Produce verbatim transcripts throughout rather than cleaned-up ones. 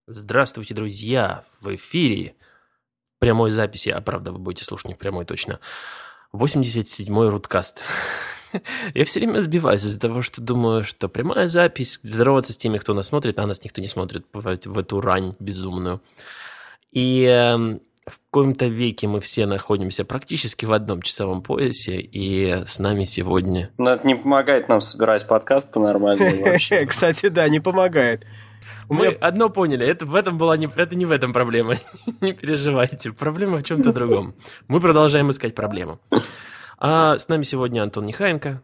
Здравствуйте, друзья! В эфире прямой записи, а правда, вы будете слушать не в прямой точно, восемьдесят седьмой Руткаст. Я все время сбиваюсь из-за того, что думаю, что прямая запись, здороваться с теми, кто нас смотрит, а нас никто не смотрит в эту рань безумную. И э, в коем-то веке мы все находимся практически в одном часовом поясе, и с нами сегодня... Но это не помогает нам собирать подкаст по-нормальному вообще. Кстати, да, не помогает. Мы одно поняли, это в этом была не, это не в этом проблема, не переживайте, проблема в чем-то другом. Мы продолжаем искать проблему. А с нами сегодня Антон Нехаенко.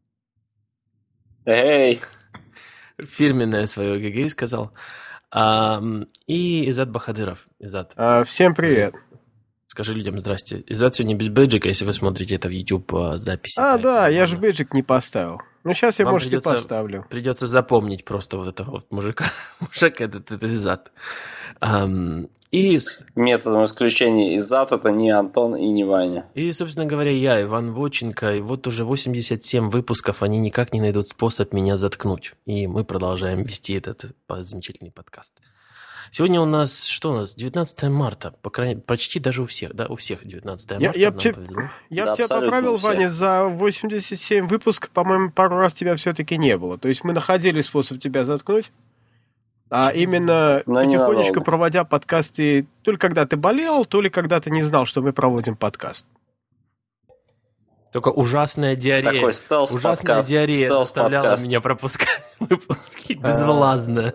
Эй! Фирменное свое ГГ сказал. А, и Изат Бахадыров. Изат. А, всем привет. Скажи людям здрасте. Изат сегодня без бейджика, если вы смотрите это в YouTube записи. А, да, я же бейджик не поставил. Ну, сейчас я, Вам может, придется, и поставлю. Придется запомнить просто вот этого вот мужика. Мужик этот, это Изат. Um, и с... Методом исключения Изат это не Антон и не Ваня. И, собственно говоря, я, Иван Воченко, и вот уже восемьдесят семь выпусков, они никак не найдут способ меня заткнуть. И мы продолжаем вести этот замечательный подкаст. Сегодня у нас, что у нас, девятнадцатое марта, по крайней мере, почти даже у всех, да, у всех девятнадцатое марта. Я, я, те, я да, тебя поправил, Ваня, за восемьдесят семь выпусков, по-моему, пару раз тебя все-таки не было. То есть мы находили способ тебя заткнуть, а именно Но потихонечку проводя подкасты то ли когда ты болел, то ли когда ты не знал, что мы проводим подкаст. Только ужасная диарея. Такой стелс-подкаст. Ужасная диарея стелс-подкаст. заставляла меня пропускать выпуски безвластно.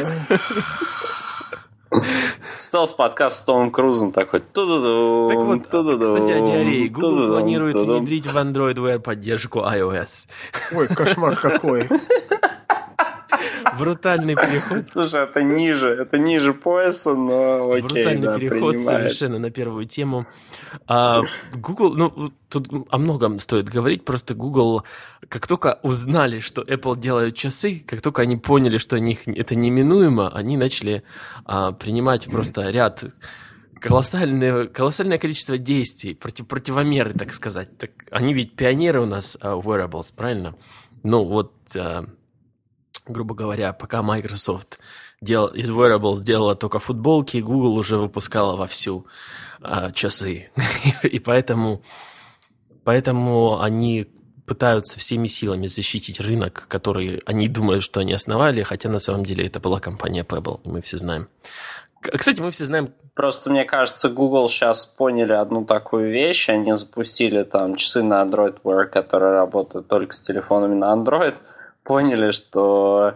Стелс-подкаст с Томом Крузом такой. Ту-ду-ду, так вот, ту-ду-ду, кстати, о диарее. Google ту-ду-ду, планирует ту-ду. внедрить в Android Wear поддержку iOS. Ой, кошмар какой. Брутальный переход. Слушай, это ниже, это ниже пояса, но окей, Брутальный да, переход принимается. совершенно на первую тему. А, Google, ну, тут о многом стоит говорить, просто Google, как только узнали, что Apple делают часы, как только они поняли, что у них это неминуемо, они начали а, принимать просто ряд колоссальное, колоссальное количество действий, против, противомеры, так сказать. Так, они ведь пионеры у нас uh, wearables, правильно? Ну, вот... Uh, грубо говоря, пока Microsoft дел, из wearables делала только футболки, Google уже выпускала вовсю а, часы. И поэтому, поэтому они пытаются всеми силами защитить рынок, который они думают, что они основали, хотя на самом деле это была компания Pebble, и мы все знаем. Кстати, мы все знаем... Просто, мне кажется, Google сейчас поняли одну такую вещь. Они запустили там часы на Android Wear, которые работают только с телефонами на Android. Поняли, что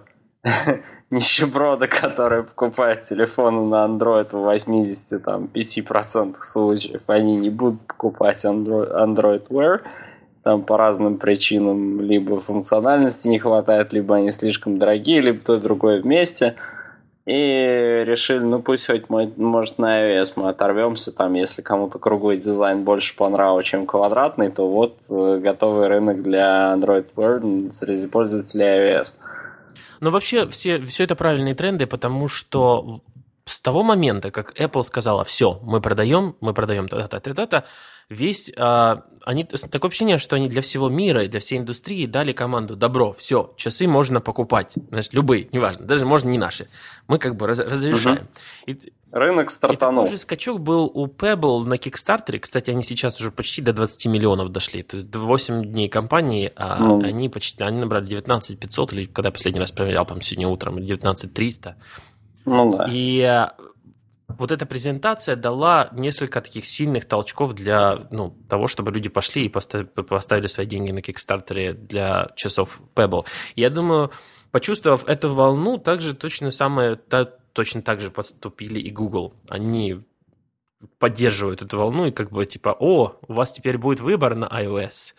нищеброды, которые покупают телефоны на Android в восемьдесят пять процентов случаев, они не будут покупать Android, Android Wear там по разным причинам. Либо функциональности не хватает, либо они слишком дорогие, либо то и другое вместе. И решили, ну пусть хоть, мы, может, на iOS мы оторвемся, там, если кому-то круглый дизайн больше понравился, чем квадратный, то вот э, готовый рынок для Android Wear среди пользователей iOS. Но вообще все, все это правильные тренды, потому что с того момента, как Apple сказала, все, мы продаем, мы продаем та-та-та, та-та-та, весь, а, они, такое ощущение, что они для всего мира и для всей индустрии дали команду, добро, все, часы можно покупать, значит, любые, неважно, даже можно не наши, мы как бы раз, разрешаем. Угу. И, рынок стартанул. И такой же скачок был у Pebble на Kickstarter, кстати, они сейчас уже почти до двадцать миллионов дошли, то есть восемь дней компании, а ну. они почти, они набрали девятнадцать пятьсот, или когда последний раз проверял, по-моему, сегодня утром, девятнадцать триста. Ну да. И вот эта презентация дала несколько таких сильных толчков для ну, того, чтобы люди пошли и поставили свои деньги на Кикстартере для часов Pebble. Я думаю, почувствовав эту волну, также точно, самое, та, точно так же поступили и Google. Они поддерживают эту волну и как бы типа, о, у вас теперь будет выбор на iOS.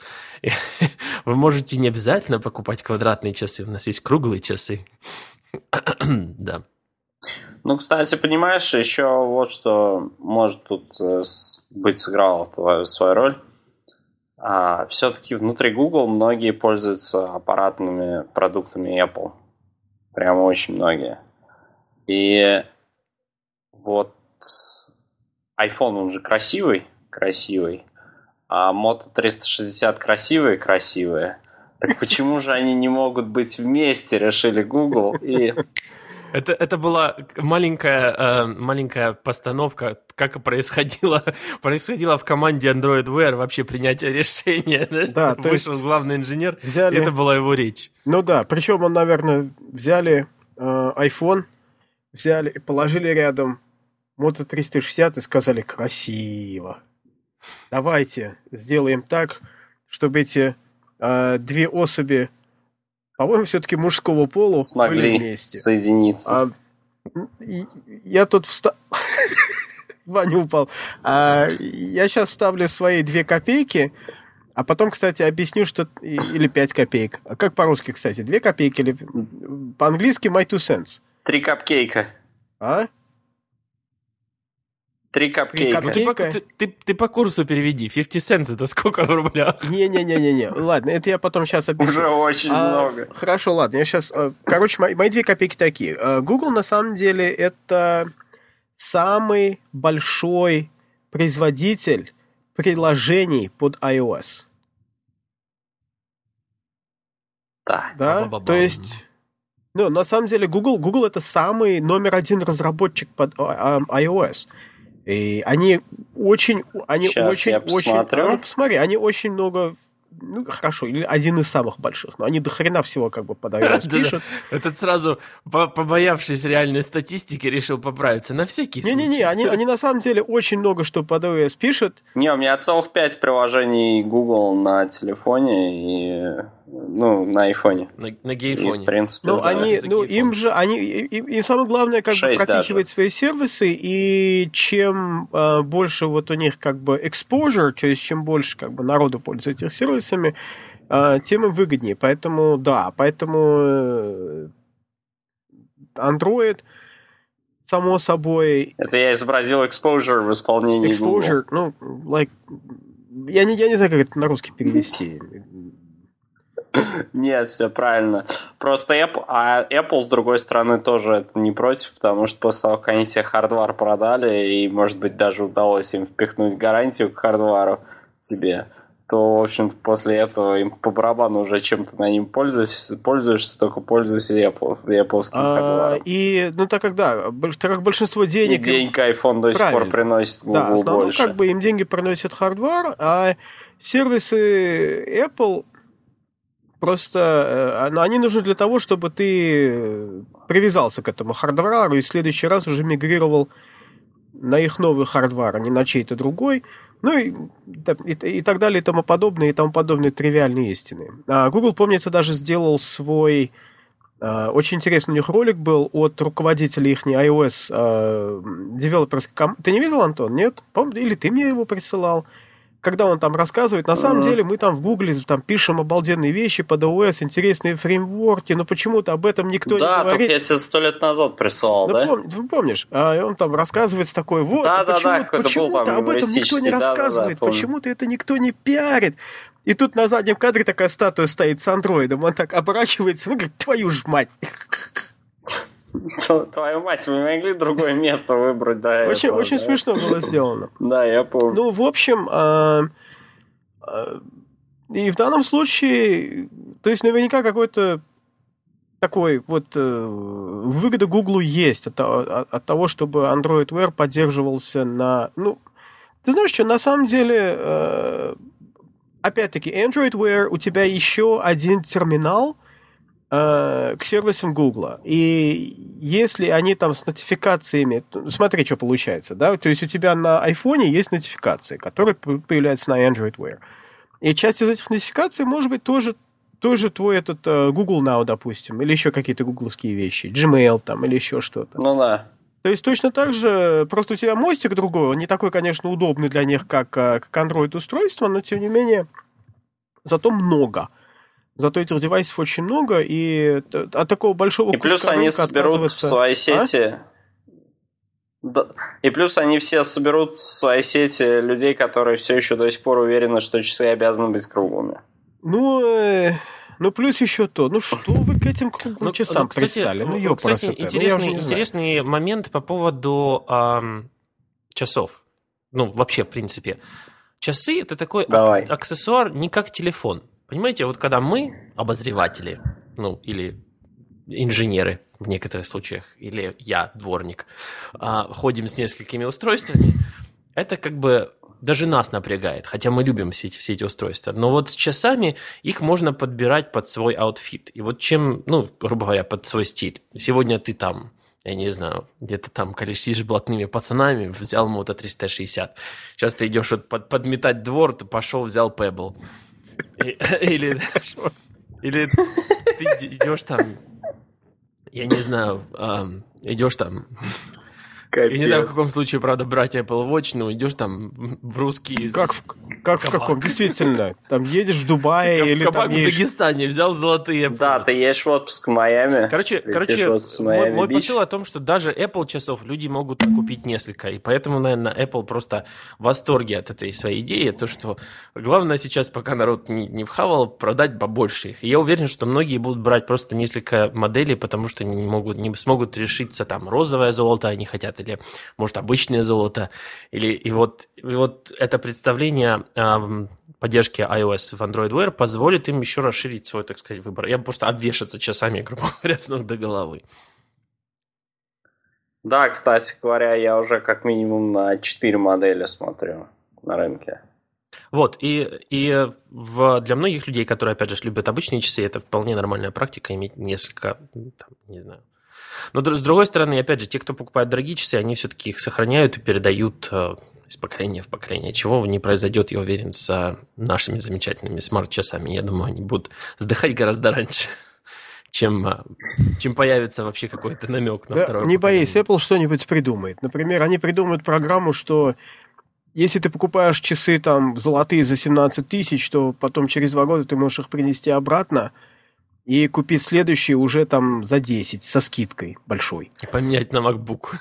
Вы можете не обязательно покупать квадратные часы, у нас есть круглые часы. Да. Ну, кстати, понимаешь, еще вот что может тут э, быть сыграло твою, свою роль. А, все-таки внутри Google многие пользуются аппаратными продуктами Apple. Прямо очень многие. И вот iPhone, он же красивый, красивый, а Moto триста шестьдесят красивые, красивые. Так почему же они не могут быть вместе, решили Google, и... Это, это была маленькая, э, маленькая постановка, как происходило, происходило в команде Android Wear вообще принятие решения. Знаешь, Да, там то вышел есть главный инженер, взяли... и это была его речь. Ну да, причем он, наверное, взяли э, iPhone, взяли и положили рядом Moto триста шестьдесят и сказали: красиво. Давайте сделаем так, чтобы эти э, две особи, по-моему, все-таки мужского пола, смогли были вместе. Соединиться. А, я тут встал... Ваня упал. А, я сейчас ставлю свои две копейки, а потом, кстати, объясню, что... Или пять копеек. А как по-русски, кстати? Две копейки или... По-английски my two cents. Три капкейка. А? Три капкейка. Ну, ты, по, ты, ты, ты по курсу переведи. пятьдесят cents это сколько в рублях? Не-не-не-не-не. Ладно, это я потом сейчас объясню. Уже очень а, много. Хорошо, ладно. Я сейчас... Короче, мои, мои две копейки такие. Google, на самом деле, это самый большой производитель приложений под iOS. Да. Да? То есть... Ну, на самом деле, Google, Google это самый номер один разработчик под iOS. И они очень, они Сейчас очень, я очень, посмотрю. ну, посмотри, они очень много, ну, хорошо, или один из самых больших, но они до хрена всего как бы под iOS пишут. Этот сразу, побоявшись реальной статистики, решил поправиться на всякий случай. Не-не-не, они, они на самом деле очень много что под iOS пишут. Не, у меня целых пять приложений Google на телефоне и, ну, на айфоне. На, на гейфоне. И, в принципе, ну, да. они, ну, им же, они, им, им самое главное, как бы пропихивать даже свои сервисы, и чем э, больше вот у них как бы exposure, то есть чем больше как бы народу пользуется этих сервисами, э, тем им выгоднее. Поэтому, да, поэтому э, Android, само собой... Это я изобразил exposure в исполнении exposure, Google. ну, like, я не, я не знаю, как это на русский перевести. Нет, все правильно. Просто Apple, а Apple, с другой стороны, тоже это не против, потому что после того, как они тебе хардвар продали, и, может быть, даже удалось им впихнуть гарантию к хардвару тебе, то, в общем-то, после этого им по барабану уже чем-то на ним пользуешься, пользуешься, только пользуйся Apple, Apple-ским хардваром. А, и, ну, так как, да, так как большинство денег... И денег iPhone до сих пор приносит Google да, основном, больше. как бы им деньги приносит хардвар, а сервисы Apple... Просто э, они нужны для того, чтобы ты привязался к этому хардвару и в следующий раз уже мигрировал на их новый хардвар, а не на чей-то другой. Ну и, и, и так далее, и тому подобное, и тому подобные тривиальные истины. А Google, помнится, даже сделал свой... Э, очень интересный у них ролик был от руководителя их iOS э, девелоперской команды. Ты не видел, Антон? Нет? Помню, или ты мне его присылал? Когда он там рассказывает, на самом uh-huh. деле мы там в Гугле там пишем обалденные вещи под iOS, интересные фреймворки, но почему-то об этом никто да, не говорит. Да, только я тебе сто лет назад присылал, ну, да? Пом- ты помнишь? А он там рассказывает такой, вот, да, да, почему-то, да, почему-то был, об этом никто не рассказывает, да, да, да, почему-то это никто не пиарит. И тут на заднем кадре такая статуя стоит с андроидом, он так оборачивается, ну, говорит, твою ж мать. Твою мать, вы могли другое место выбрать, да? Очень, этого, очень да? смешно было сделано. Да, я помню. Ну, в общем... А- И в данном случае, то есть наверняка какой-то такой вот э, выгода Гуглу есть от, от, от того, чтобы Android Wear поддерживался на... Ну, ты знаешь что, на самом деле, э, опять-таки, Android Wear у тебя еще один терминал э, к сервисам Гугла. И если они там с нотификациями... Смотри, что получается, да? То есть у тебя на айфоне есть нотификации, которые появляются на Android Wear. И часть из этих нотификаций может быть тоже, тоже твой этот uh, Google Now, допустим, или еще какие-то гугловские вещи, Gmail там, или еще что-то. Ну да. То есть точно так же, просто у тебя мостик другой, он не такой, конечно, удобный для них, как, как Android-устройство, но тем не менее, зато много. Зато этих девайсов очень много, и от такого большого и плюс они соберут в своей сети... А? Да. И плюс они все соберут в своей сети людей, которые все еще до сих пор уверены, что часы обязаны быть круглыми. Ну, э, ну плюс еще то. Ну что вы к этим круглым ну, часам ну, кстати, пристали? Ну, ну, кстати, интересный, ну, интересный момент по поводу эм, часов. Ну, вообще, в принципе. Часы – это такой Давай. ак- аксессуар не как телефон. Понимаете, вот когда мы, обозреватели, ну, или инженеры в некоторых случаях, или я, дворник, ходим с несколькими устройствами, это как бы даже нас напрягает, хотя мы любим все эти, все эти устройства. Но вот с часами их можно подбирать под свой аутфит. И вот чем, ну, грубо говоря, под свой стиль. Сегодня ты там, я не знаю, где-то там колесишь с блатными пацанами, взял Moto триста шестьдесят. Сейчас ты идешь вот под, подметать двор, ты пошел, взял Pebble. Или, или ты идешь там, я не знаю, идешь там... Капец. Я не знаю, в каком случае, правда, брать Apple Watch, но идешь там в русский... Как в, как в каком? Действительно. Там едешь в Дубае как или кабак там в едешь... Дагестане, взял золотые Apple Да, Watch. ты едешь в отпуск в Майами. Короче, короче мой, мой посыл о том, что даже Apple часов люди могут купить несколько. И поэтому, наверное, Apple просто в восторге от этой своей идеи. То, что главное сейчас, пока народ не, не вхавал, продать побольше их. И я уверен, что многие будут брать просто несколько моделей, потому что не, могут, не смогут решиться, там, розовое золото они хотят, или, может, обычное золото. Или, и, вот, и вот это представление э, поддержки iOS в Android Wear позволит им еще расширить свой, так сказать, выбор. Я просто обвешаться часами, грубо говоря, с ног до головы. Да, кстати говоря, я уже как минимум на четыре модели смотрю на рынке. Вот, и, и в, для многих людей, которые, опять же, любят обычные часы, это вполне нормальная практика иметь несколько, там, не знаю. Но с другой стороны, опять же, те, кто покупает дорогие часы, они все-таки их сохраняют и передают э, из поколения в поколение, чего не произойдет, я уверен, с нашими замечательными смарт-часами. Я думаю, они будут сдыхать гораздо раньше, чем, чем появится вообще какой-то намек на да, второе не поколение. боись, Apple что-нибудь придумает. Например, они придумают программу, что если ты покупаешь часы там золотые за семнадцать тысяч, то потом через два года ты можешь их принести обратно и купить следующие уже там за десять, со скидкой большой. И поменять на MacBook.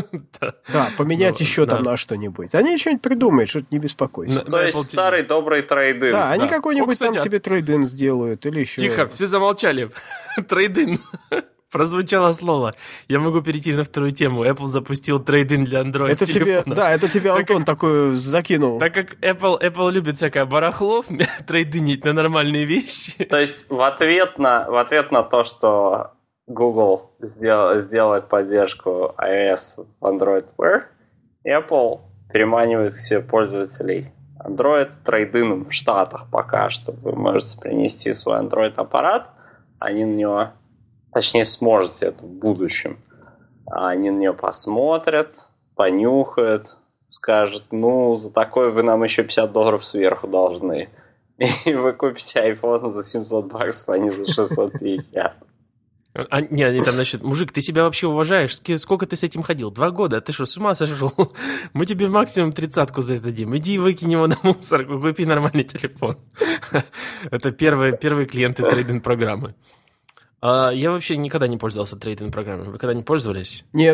Да, поменять еще там на что-нибудь. Они что-нибудь придумают, что-то не беспокойся. То есть старый добрый трейд-ин. Да, они какой-нибудь там тебе трейд-ин сделают или еще... Тихо, все замолчали. Трейд-ин. Прозвучало слово. Я могу перейти на вторую тему. Apple запустил трейд-ин для Android это телефона. Тебе, да, это тебе Антон как, такой закинул. Так как Apple, Apple любит всякое барахло, трейдинить на нормальные вещи. То есть в ответ на, в ответ на то, что Google сдел, сделает поддержку iOS в Android Wear, Apple переманивает к себе пользователей Android трейд-ином в Штатах пока что. Вы можете принести свой Android-аппарат, они на него... Точнее, сможете это в будущем. Они на нее посмотрят, понюхают, скажут, ну, за такое вы нам еще пятьдесят долларов сверху должны. И вы купите iPhone за семьсот баксов, а не за шестьсот пятьдесят. А, не, они там насчет, мужик, ты себя вообще уважаешь? Сколько ты с этим ходил? Два года? Ты что, с ума сошел? Мы тебе максимум тридцатку за это дадим. Иди выкинь его на мусорку, купи нормальный телефон. Это первые, первые клиенты трейд-ин программы. А, я вообще никогда не пользовался трейд-ин программой. Вы когда не пользовались? Нет.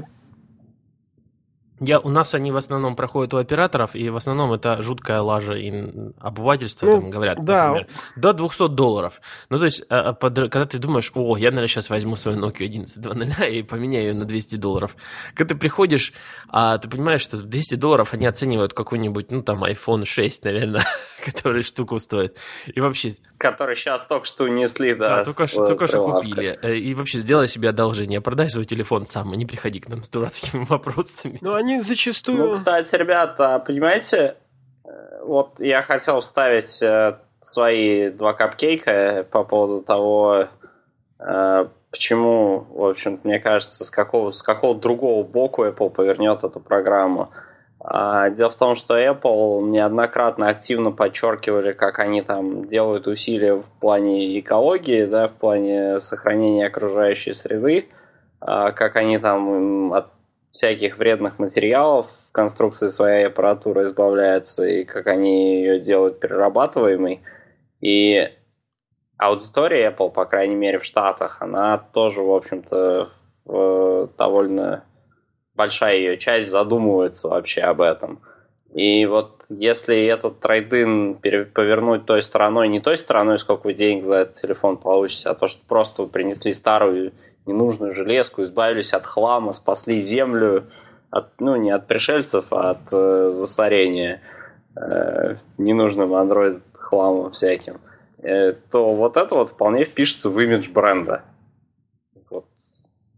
Я, у нас они в основном проходят у операторов, и в основном это жуткая лажа и обывательство, ну, там говорят, да. например, до двухсот долларов. Ну, то есть, а, под, когда ты думаешь, о, я, наверное, сейчас возьму свою Nokia одиннадцать два ноль и поменяю ее на двести долларов. Когда ты приходишь, а ты понимаешь, что двести долларов они оценивают какой-нибудь, ну, там, айфон шесть, наверное, который штуку стоит. И вообще... Который сейчас только что унесли, да. Да, только, с, только с что купили. И вообще сделай себе одолжение, продай свой телефон сам, и не приходи к нам с дурацкими вопросами. Ну, они зачастую... Ну, кстати, ребята, понимаете, вот я хотел вставить свои два капкейка по поводу того, почему, в общем-то, мне кажется, с какого, с какого другого боку Apple повернет эту программу. Дело в том, что Apple неоднократно активно подчеркивали, как они там делают усилия в плане экологии, да, в плане сохранения окружающей среды, как они там от всяких вредных материалов в конструкции своей аппаратуры избавляются, и как они ее делают перерабатываемой. И аудитория Apple, по крайней мере в Штатах, она тоже, в общем-то, в довольно большая ее часть задумывается вообще об этом. И вот если этот трейд-ин повернуть той стороной, не той стороной, сколько вы денег за этот телефон получите, а то, что просто вы принесли старую ненужную железку, избавились от хлама, спасли землю, от, ну, не от пришельцев, а от э, засорения э, ненужным Android-хламом всяким, э, то вот это вот вполне впишется в имидж бренда. Вот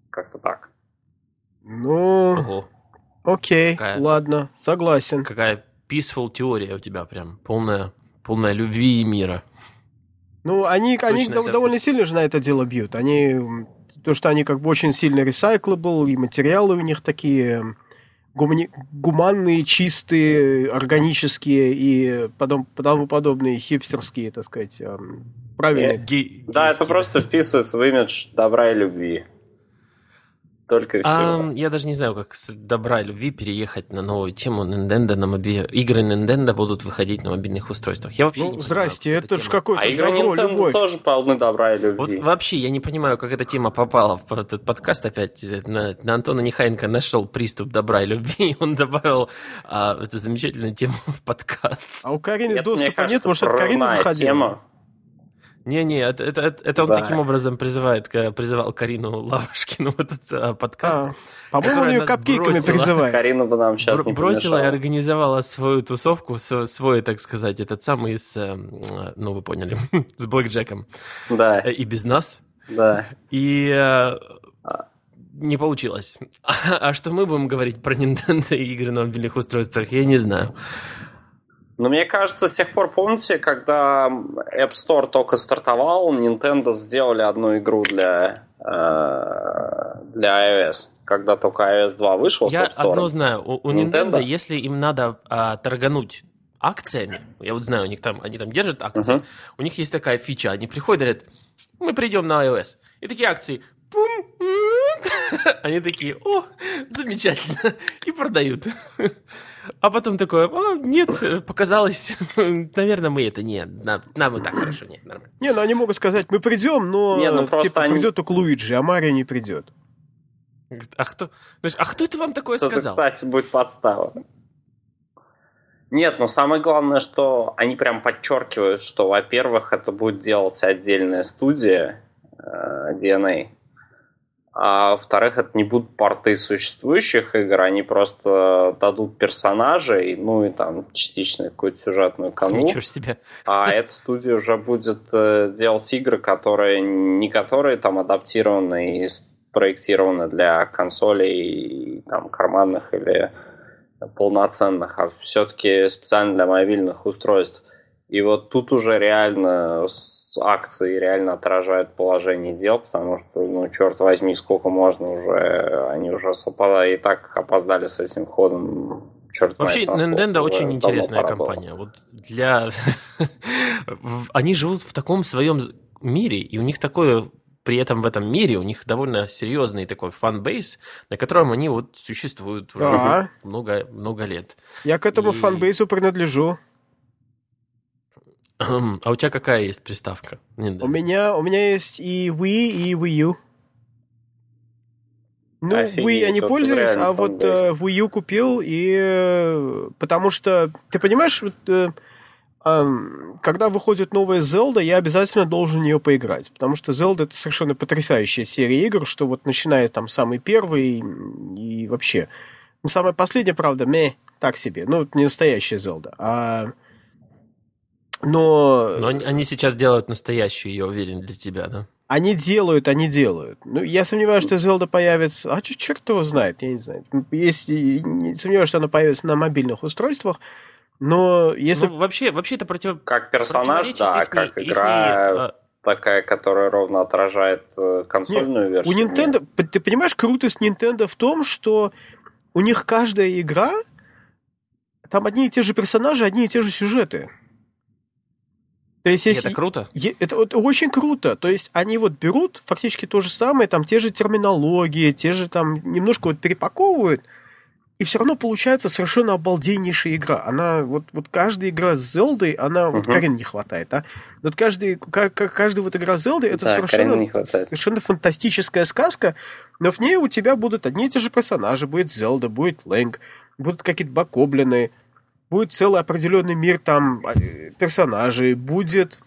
Как-то так. Ну, Ого. окей, Какая- ладно, согласен. Какая peaceful теория у тебя прям. Полная, полная любви и мира. Ну, они, они Точно дов- это- довольно сильно же на это дело бьют. Они, м, то, что они как бы очень сильно recyclable, и материалы у них такие гумани- гуманные, чистые, органические и потом, тому подобные, хипстерские, так сказать, эм, правильные. Гей- Да, это гейские, просто вписывается в имидж добра и любви. Только и всего. А, я даже не знаю, как с добра и любви переехать на новую тему Nintendo на моби... Игры Nintendo будут выходить на мобильных устройствах. Я вообще не Ну, понимаю, здрасте, как эта это ж тема- какое-то А игры добро, Nintendo любовь. тоже полны добра и Вот любви. вообще я не понимаю, как эта тема попала в этот подкаст опять. На, на Антона Нехаенко нашел приступ добра и любви, и он добавил а, эту замечательную тему в подкаст. А у Карины Нет, мне доступа нет, кажется, может, это Карина прорывная заходила? тема. Не-не, это, это, это- это он Да. таким образом призывает, к- призывал Карину Лавашкину в этот а, подкаст. А, по-моему, он которая ее нас капкейками бросила. призывает. Карина бы нам сейчас Бр- не бросила и помешала. организовала свою тусовку, с- свой, так сказать, этот самый с, э, ну вы поняли, с Блэкджеком. Да, Э, И без нас. да. И э, не получилось. А, а что мы будем говорить про Nintendo и игры на мобильных устройствах, я не знаю. Но мне кажется, с тех пор, помните, когда App Store только стартовал, Nintendo сделали одну игру для, э, для iOS. Когда только iOS два вышел с Я App Store. одно знаю, у, у Nintendo? Nintendo, если им надо а, торгануть акциями, я вот знаю, у них там, они там держат акции, Мгм. у них есть такая фича, они приходят и говорят, мы придем на iOS. И такие акции, пум, они такие, о, замечательно, и продают. А потом такое, а, нет, показалось, наверное, мы это не, нам, нам и так хорошо, нет, нормально. Не, ну они могут сказать, мы придем, но Не, ну просто типа они- придет только Луиджи, а Марио не придет. Говорит, А кто, знаешь, а кто это вам такое Это, сказал? кстати, будет подстава. Нет, но самое главное, что они прям подчеркивают, что, во-первых, это будет делать отдельная студия э, ди эн эй, а во-вторых, это не будут порты существующих игр, они просто дадут персонажей, ну и там частично какую-то сюжетную канву, Ничего ж себе. а эта студия уже будет э, делать игры, которые не которые там адаптированы и спроектированы для консолей там карманных или полноценных, а все-таки специально для мобильных устройств. И вот тут уже реально с- акции реально отражают положение дел, потому что, ну, черт возьми, сколько можно уже, они уже с опозда- и так опоздали с этим ходом. Черт Вообще, знает, насколько, Nintendo уже очень давно интересная пора было. компания. Вот для... в- Они живут в таком своем мире, и у них такое... При этом в этом мире у них довольно серьезный такой фан-бейс, на котором они вот существуют уже Да. много, много лет. Я к этому И- фанбейсу принадлежу. А у тебя какая есть приставка? Nintendo? У меня, у меня есть и Wii, и Wii U. Ну, Офигеть, Wii я не вот пользуюсь, реально а вот фанбейс. э, Wii U купил, и э, потому что, ты понимаешь, вот, э, эм, когда выходит новая Zelda, я обязательно должен в нее поиграть, потому что Zelda — это совершенно потрясающая серия игр, что вот начиная там самый первый и, и вообще. Ну, самая последняя, правда, мeh, так себе, ну, это не настоящая Zelda, а... Но... Но они, они сейчас делают настоящую, я уверен, для тебя, да? Они делают, они делают. Ну, я сомневаюсь, что Zelda появится... А чё- черт его знает, я не знаю. Если, не сомневаюсь, что она появится на мобильных устройствах, но если... Ну, вообще, вообще это против... Как персонаж, противоречит да, ихней- как ихней, игра а, такая, которая ровно отражает э, консольную версию. у Nintendo... Ты понимаешь, крутость Nintendo в том, что у них каждая игра... Там одни и те же персонажи, одни и те же сюжеты. То есть, и если... это круто. Е- Это вот очень круто. То есть они вот берут фактически то же самое, там те же терминологии, те же там немножко вот перепаковывают, и все равно получается совершенно обалденнейшая игра. Она вот, вот каждая игра с Зелдой, она вот Мгм. Карин не хватает, а? Вот каждый, ка- ка- каждая вот игра с Зелдой это Да, Карины совершенно, не хватает. совершенно фантастическая сказка, но в ней у тебя будут одни и те же персонажи, будет Зелда, будет Лэнг, будут какие-то бокоблины, будет целый определенный мир там э, персонажей, будет...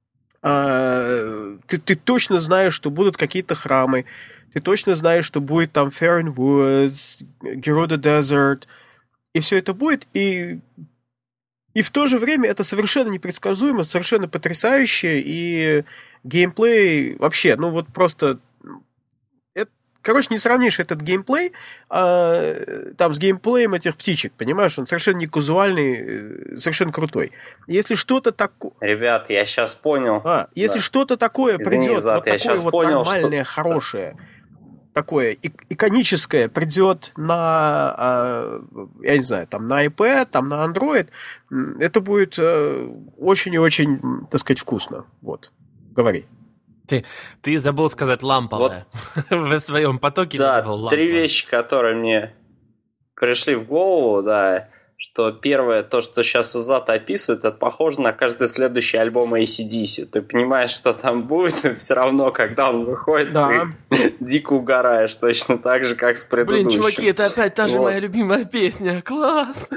а, ты, ты точно знаешь, что будут какие-то храмы, ты точно знаешь, что будет там Fair Woods, Gerudo Desert, и все это будет, и, и в то же время это совершенно непредсказуемо, совершенно потрясающе, и геймплей вообще, ну вот просто... Это, короче, не сравнишь этот геймплей а, там с геймплеем этих птичек, понимаешь? Он совершенно не казуальный, совершенно крутой. Если что-то такое... Ребят, я сейчас понял. А, если да. что-то такое Извини, придет, Зад, вот такое вот понял, нормальное, что... хорошее, такое иконическое придет на, а, я не знаю, там на iPad, там на Android, это будет очень и очень, так сказать, вкусно. Вот, говори. Ты, ты забыл сказать ламповое. Вот. В своем потоке да, был ламповое. Три вещи, которые мне пришли в голову, да, что первое, то, что сейчас Изат описывает, это похоже на каждый следующий альбом эй си ди си. Ты понимаешь, что там будет, но все равно, когда он выходит, да. ты дико угораешь, точно так же, как с предыдущим. Блин, чуваки, это опять та же вот. моя любимая песня. Класс!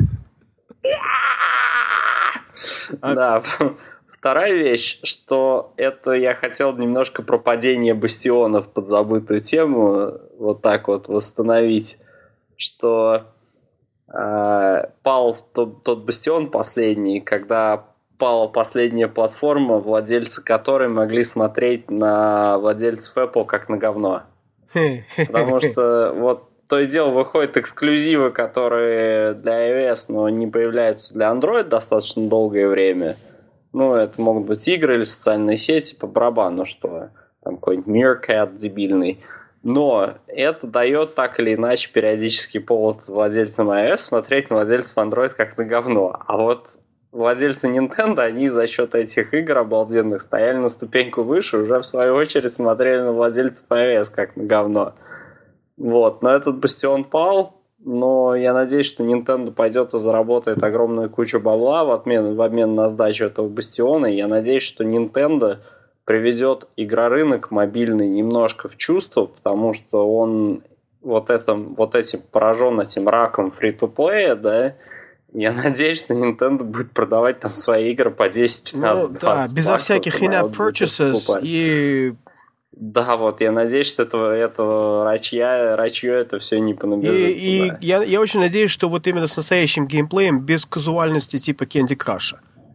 Да, вторая вещь, что это я хотел немножко про падение бастионов под забытую тему вот так вот восстановить, что э, пал тот, тот бастион последний, когда пала последняя платформа, владельцы которой могли смотреть на владельцев Apple как на говно. Потому что вот то и дело выходят эксклюзивы, которые для iOS, но не появляются для Android достаточно долгое время. Ну, это могут быть игры или социальные сети по барабану, что там какой-нибудь Meerkat дебильный. Но это дает так или иначе периодически повод владельцам iOS смотреть на владельцев Android как на говно. А вот владельцы Nintendo, они за счет этих игр обалденных стояли на ступеньку выше, уже в свою очередь смотрели на владельцев iOS как на говно. Вот, но этот бастион пал. Но я надеюсь, что Nintendo пойдет и заработает огромную кучу бабла в обмен, в обмен на сдачу этого бастиона. И я надеюсь, что Nintendo приведет игрорынок мобильный немножко в чувство, потому что он вот, этим, вот этим поражен этим раком фри-то-плея, да. Я надеюсь, что Nintendo будет продавать там свои игры по десять, пятнадцать, ну, двадцать да, безо баксов, всяких in-app purchases и... Да, вот, я надеюсь, что этого, этого рачья, рачье это все не понабежит. И, и я, я очень надеюсь, что вот именно с настоящим геймплеем, без казуальности типа Candy Crush.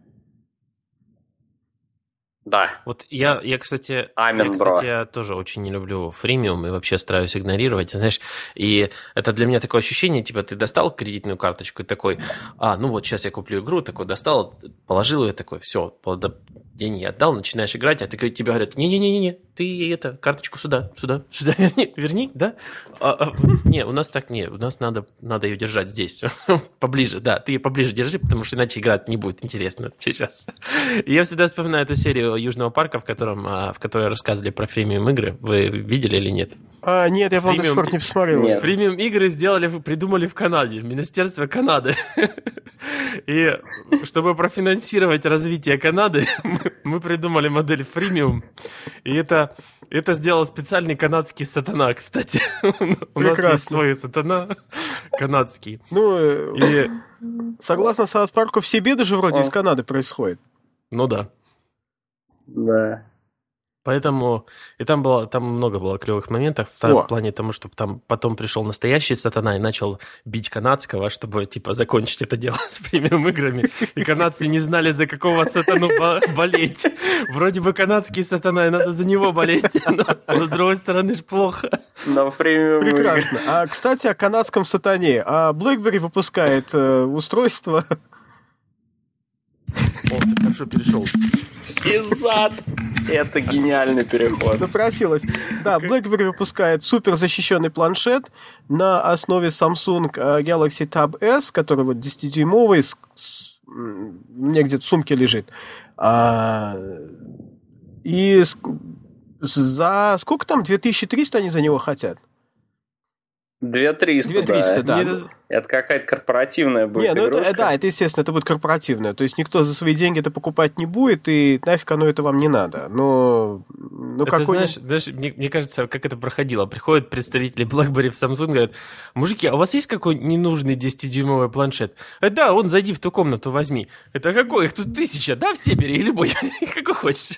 Да. Вот я, я кстати, Амин, я, кстати, я тоже очень не люблю фримиум и вообще стараюсь игнорировать, знаешь, и это для меня такое ощущение, типа, ты достал кредитную карточку и такой, а, ну вот сейчас я куплю игру, такой достал, положил ее, такой, все, деньги отдал, начинаешь играть, а ты, тебе говорят, не-не-не-не, ты это, карточку сюда, сюда, сюда верни, верни, да? А, а, не, у нас так не, у нас надо, надо ее держать здесь, поближе, да, ты ее поближе держи, потому что иначе играть не будет интересно сейчас. И я всегда вспоминаю эту серию Южного парка, в котором, в которой рассказывали про фримиум игры. Вы видели или нет? А, нет, я вам до сих пор не посмотрел. Фримиум игры сделали, придумали в Канаде, в Министерстве Канады. И чтобы профинансировать развитие Канады, мы придумали модель фримиум. И это, это сделал специальный канадский сатана, кстати. У нас есть свой сатана канадский. Ну, и... согласно Саут Парку, все беды же вроде из Канады происходят. Ну да. Да. Поэтому, и там было, там много было клевых моментов в, в плане того, что там потом пришел настоящий сатана и начал бить канадского, чтобы, типа, закончить это дело с премиум играми. И канадцы не знали, за какого сатану болеть. Вроде бы канадский сатана, и надо за него болеть, но, но с другой стороны ж плохо. Но премиум... Прекрасно. А, кстати, о канадском сатане. А BlackBerry выпускает э, устройство... О, ты хорошо перешел. Изад! Это гениальный переход. Напросилась. Да, BlackBerry выпускает супер защищенный планшет на основе Samsung Galaxy Tab S, который вот десятидюймовый, мне где-то в сумке лежит. И за... Сколько там? две тысячи триста они за него хотят? две тысячи триста, две тысячи триста, да. да. Это какая-то корпоративная будет не, ну игрушка. Это, да, это, естественно, это будет корпоративная. То есть никто за свои деньги это покупать не будет, и нафиг оно это вам не надо. Но... Ну, это, знаешь, знаешь мне, мне кажется, как это проходило. Приходят представители BlackBerry в Samsung и говорят, мужики, а у вас есть какой ненужный десятидюймовый планшет? А, да, он, зайди в ту комнату, возьми. Это какой? Их тут тысяча, да, все бери, любой, какой хочешь.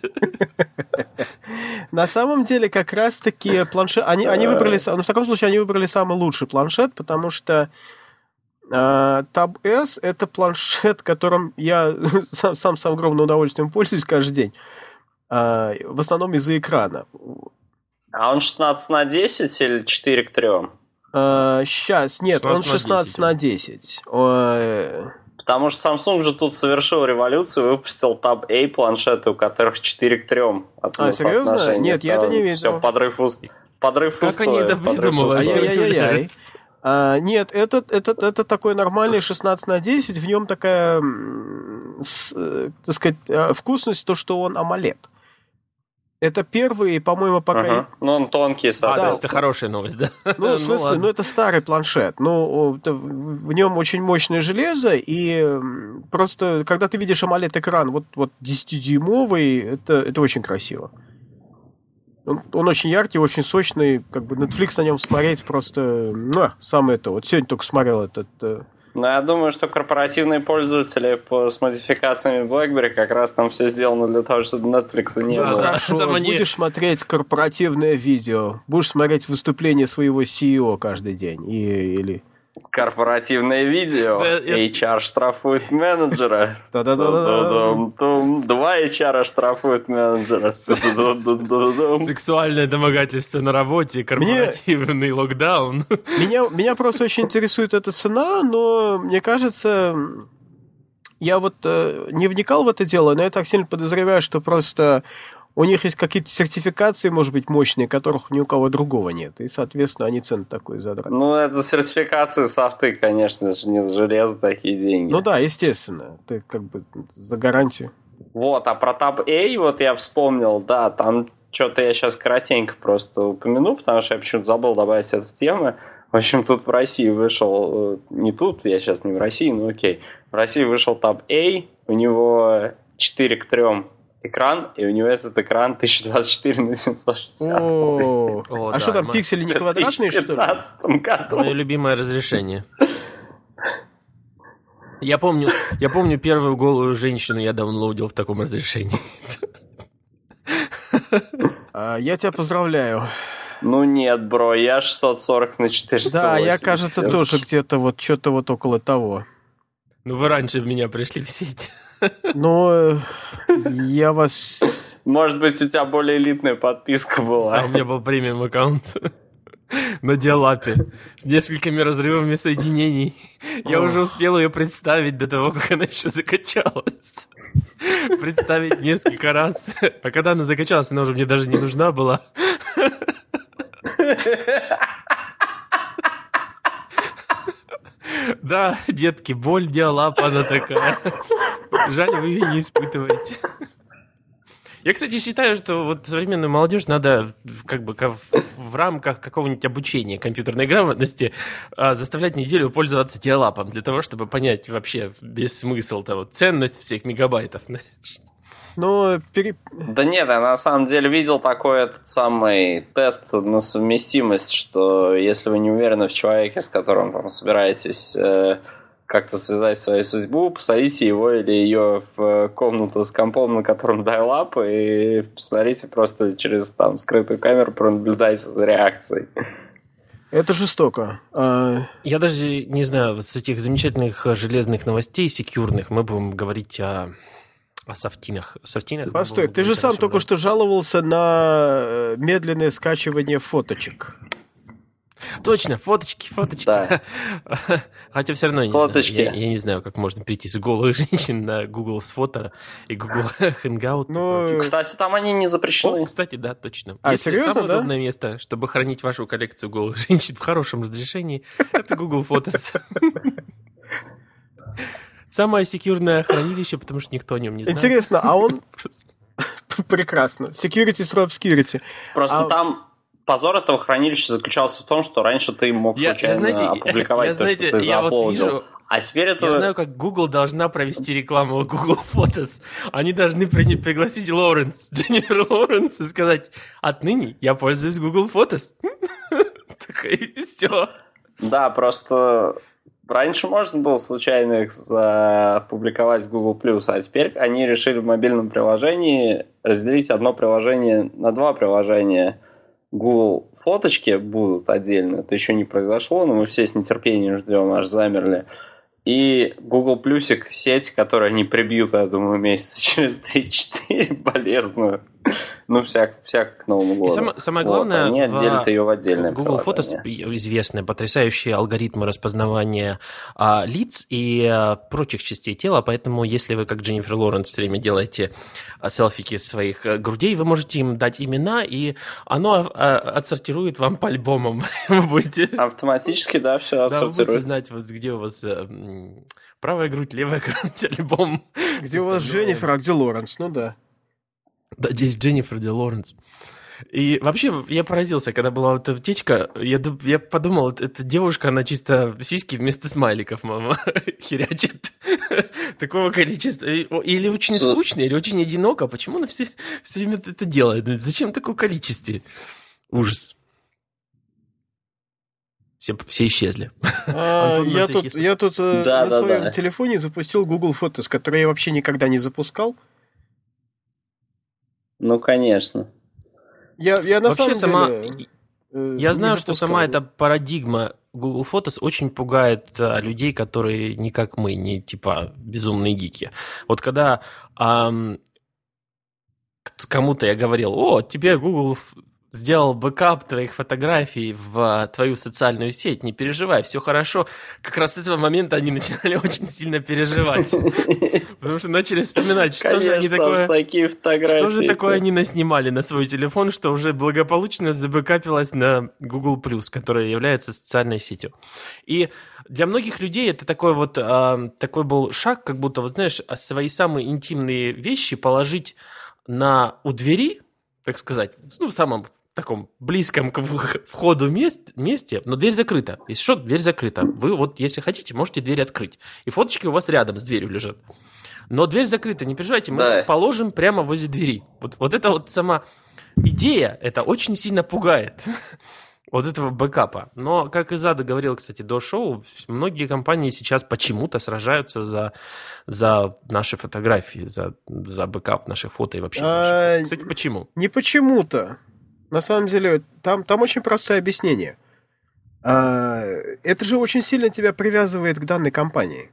На самом деле, как раз-таки планшет... Они, они выбрали... Ну, в таком случае, они выбрали самый лучший планшет, потому что Uh, Tab S — это планшет, которым я сам, сам с огромным удовольствием пользуюсь каждый день. Uh, в основном из-за экрана. А он шестнадцать на десять или четыре к трем? Сейчас, нет, он шестнадцать на десять. Потому что Samsung же тут совершил революцию, выпустил Tab A планшеты, у которых четыре к трем. А, серьезно? Нет, я это не видел. Все, подрыв уст. Подрыв как устоев, они это придумывают? Ай-яй-яй-яй. А, нет, это, это, это такой нормальный шестнадцать на десять, в нем такая, с, так сказать, вкусность, то, что он AMOLED. Это первый, по-моему, пока... Uh-huh. Ну, он тонкий, соответственно. А, то есть это хорошая новость, да? Ну, в смысле, ну, ну это старый планшет. Ну, в нем очень мощное железо, и просто, когда ты видишь AMOLED-экран, вот, вот десятидюймовый, это, это очень красиво. Он, он очень яркий, очень сочный, как бы Netflix на нем смотреть просто, ну, самое то. Вот сегодня только смотрел этот... Ну, я думаю, что корпоративные пользователи по, с модификациями BlackBerry как раз там все сделано для того, чтобы Netflix не да, было. Хорошо, там будешь они... смотреть корпоративное видео, будешь смотреть выступление своего си и о каждый день. И, или... Корпоративное видео. Да, эйч ар штрафует менеджера. Да-да-да. Два эйч ар штрафуют менеджера. Сексуальное домогательство на работе, корпоративный локдаун. Меня, меня просто очень интересует эта цена, но мне кажется, я вот э, не вникал в это дело, но я так сильно подозреваю, что просто у них есть какие-то сертификации, может быть, мощные, которых ни у кого другого нет. И, соответственно, они цену такой задрали. Ну, это сертификации софты, конечно же, не железо такие деньги. Ну да, естественно. Ты как бы за гарантию. Вот, а про Tab A вот я вспомнил, да, там что-то я сейчас коротенько просто упомяну, потому что я почему-то забыл добавить это в тему. В общем, тут в России вышел, не тут, я сейчас не в России, но окей. В России вышел Tab A, у него четыре к трем экран, и у него этот экран тысяча двадцать четыре на семьсот шестьдесят восемь. О, а что там, пиксели не квадратные, что ли? В две тысячи пятнадцатом году. Мое любимое разрешение. Я помню, я помню первую голую женщину я даунлоудил в таком разрешении. А, я тебя поздравляю. Ну нет, бро, я шестьсот сорок на четыреста восемьдесят. Да, я, кажется, тоже где-то вот что-то вот около того. Ну вы раньше в меня пришли в сеть. Ну, я вас... Может быть, у тебя более элитная подписка была. А у меня был премиум аккаунт на диалапе с несколькими разрывами соединений. Я уже успел ее представить до того, как она еще закачалась. Представить несколько раз. А когда она закачалась, она уже мне даже не нужна была. Да, детки, боль диалапа она такая. Жаль, вы ее не испытываете. Я, кстати, считаю, что вот современную молодежь надо как бы в рамках какого-нибудь обучения компьютерной грамотности заставлять неделю пользоваться диалапом для того, чтобы понять вообще весь смысл того, ценность всех мегабайтов. Ну, пере... Да нет, я на самом деле видел такой этот самый тест на совместимость, что если вы не уверены в человеке, с которым там собираетесь э, как-то связать свою судьбу, посадите его или ее в комнату с компом, на котором dial-up, и посмотрите просто через там скрытую камеру, пронаблюдайте за реакцией. Это жестоко. А... Я даже не знаю, вот с этих замечательных железных новостей, секьюрных, мы будем говорить о... О софтинах. софтинах Постой, ты же сам только да. что жаловался на медленное скачивание фоточек. Точно, фоточки, фоточки. Да. Хотя все равно я не, знаю, я, я не знаю, как можно перейти с голых женщин на Google Фото и Google Hangout. Ну, кстати, там они не запрещены. О, кстати, да, точно. А, Если серьезно, самое да? удобное место, чтобы хранить вашу коллекцию голых женщин в хорошем разрешении, это Google Photos. Самое секьюрное хранилище, потому что никто о нем не знает. Интересно, а он... Прекрасно. Security from obscurity. Просто а... там позор этого хранилища заключался в том, что раньше ты мог я, случайно знаете, опубликовать я, то, знаете, что ты я вот вижу, а теперь это... Я знаю, как Google должна провести рекламу Google Photos. Они должны при... пригласить Лоуренс, Дженнифер Лоуренс, и сказать: отныне я пользуюсь Google Photos. Так и все. Да, просто... Раньше можно было случайно их запубликовать в Google+, а теперь они решили в мобильном приложении разделить одно приложение на два приложения. Google фоточки будут отдельно, это еще не произошло, но мы все с нетерпением ждем, аж замерли. И Google Плюсик сеть, которую они прибьют, я думаю, месяца через три-четыре, болезненную. Ну, всяк, всяк к Новому году. И само, самое главное, вот, они отделят ее в отдельное Google Photos известны потрясающие алгоритмы распознавания а, лиц и а, прочих частей тела, поэтому если вы, как Дженнифер Лоуренс, все время делаете а, селфики своих а, грудей, вы можете им дать имена, и оно а, отсортирует вам по альбомам. Вы будете... Автоматически, да, все отсортирует. Да, вы будете знать, вот, где у вас а, правая грудь, левая грудь, альбом. Где у вас Дженнифер, а где Лоуренс, ну да. Да, здесь Дженнифер де Лоуренс. И вообще, я поразился, когда была эта утечка, я, я подумал, эта девушка, она чисто сиськи вместо смайликов, мама, херячит. Такого количества. Или очень скучно, или очень одиноко. Почему она все, все время это делает? Зачем такое количество? Ужас. Все, все исчезли. А, я, тут, я тут да, на да, своем да. телефоне запустил Google Photos, который я вообще никогда не запускал. Ну, конечно. Я, я на Вообще самом сама... деле, э, я знаю, что сама эта парадигма Google Photos очень пугает а, людей, которые не как мы, не типа безумные гики. Вот когда ам, кому-то я говорил, о, тебе Google сделал бэкап твоих фотографий в твою социальную сеть, не переживай, все хорошо. Как раз с этого момента они начинали очень сильно переживать. Потому что начали вспоминать, что же они такое... Что же такое они наснимали на свой телефон, что уже благополучно забэкапилось на Google+, которая является социальной сетью. И для многих людей это такой вот такой был шаг, как будто, вот знаешь, свои самые интимные вещи положить на у двери, так сказать, ну, в самом таком близком к входу мест, месте, но дверь закрыта. Если что, дверь закрыта. Вы вот, если хотите, можете дверь открыть. И фоточки у вас рядом с дверью лежат. Но дверь закрыта, не переживайте, мы да. положим прямо возле двери. Вот, вот эта вот сама идея, это очень сильно пугает. Вот этого бэкапа. Но, как и Зада говорил, кстати, до шоу, многие компании сейчас почему-то сражаются за, за наши фотографии, за, за бэкап наших фото и вообще. А, кстати, почему? Не почему-то. На самом деле, там, там очень простое объяснение. А, это же очень сильно тебя привязывает к данной компании.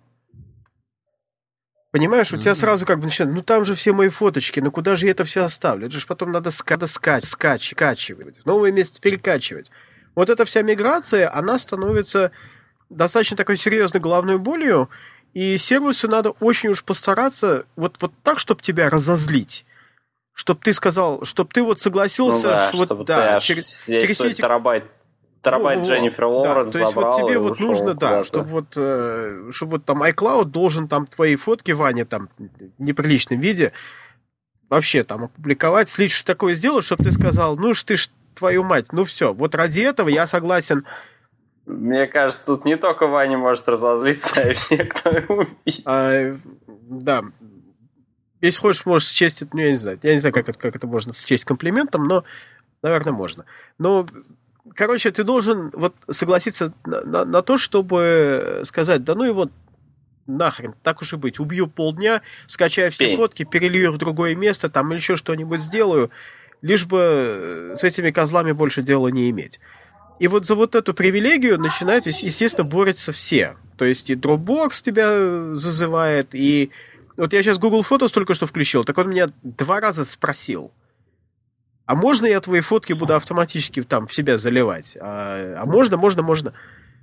Понимаешь, у mm-hmm. тебя сразу как бы начинает, ну там же все мои фоточки, ну куда же я это все оставлю? Это же потом надо ска- скач, скач, скачивать, в новое место перекачивать. Вот эта вся миграция, она становится достаточно такой серьезной головной болью, и сервису надо очень уж постараться вот, вот так, чтобы тебя разозлить. Чтобы ты сказал, чтобы ты вот согласился, ну да, что, вот, чтобы да, ты через, через эти... терабайт Терабайт ну, Дженнифер Лоуренс да, забрал. То есть вот тебе вот ушел нужно, куда-то. да, чтобы вот, э, чтобы вот там iCloud должен там твои фотки, Ваня, там в неприличном виде вообще там опубликовать, слить, что такое сделать, чтобы ты сказал, ну ж ты ж, твою мать, ну все, вот ради этого я согласен. Мне кажется, тут не только Ваня может разозлиться, а и все, кто его увидит. А, да. Если хочешь, можешь счесть, ну, я не знаю, я не знаю, как это, как это можно счесть комплиментом, но, наверное, можно. Но короче, ты должен вот согласиться на, на, на то, чтобы сказать, да ну его нахрен, так уж и быть, убью полдня, скачаю все Пень. фотки, перелью их в другое место, там или еще что-нибудь сделаю, лишь бы с этими козлами больше дела не иметь. И вот за вот эту привилегию начинают, естественно, бороться все. То есть и Dropbox тебя зазывает, и вот я сейчас Google Photos только что включил, так он меня два раза спросил, а можно я твои фотки буду автоматически там в себя заливать? А, а можно, можно, можно.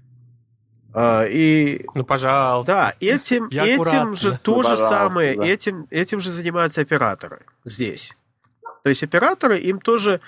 А, и... Ну, пожалуйста. Да, этим, этим же то ну, же самое, да. этим, этим же занимаются операторы здесь. То есть операторы, им тоже...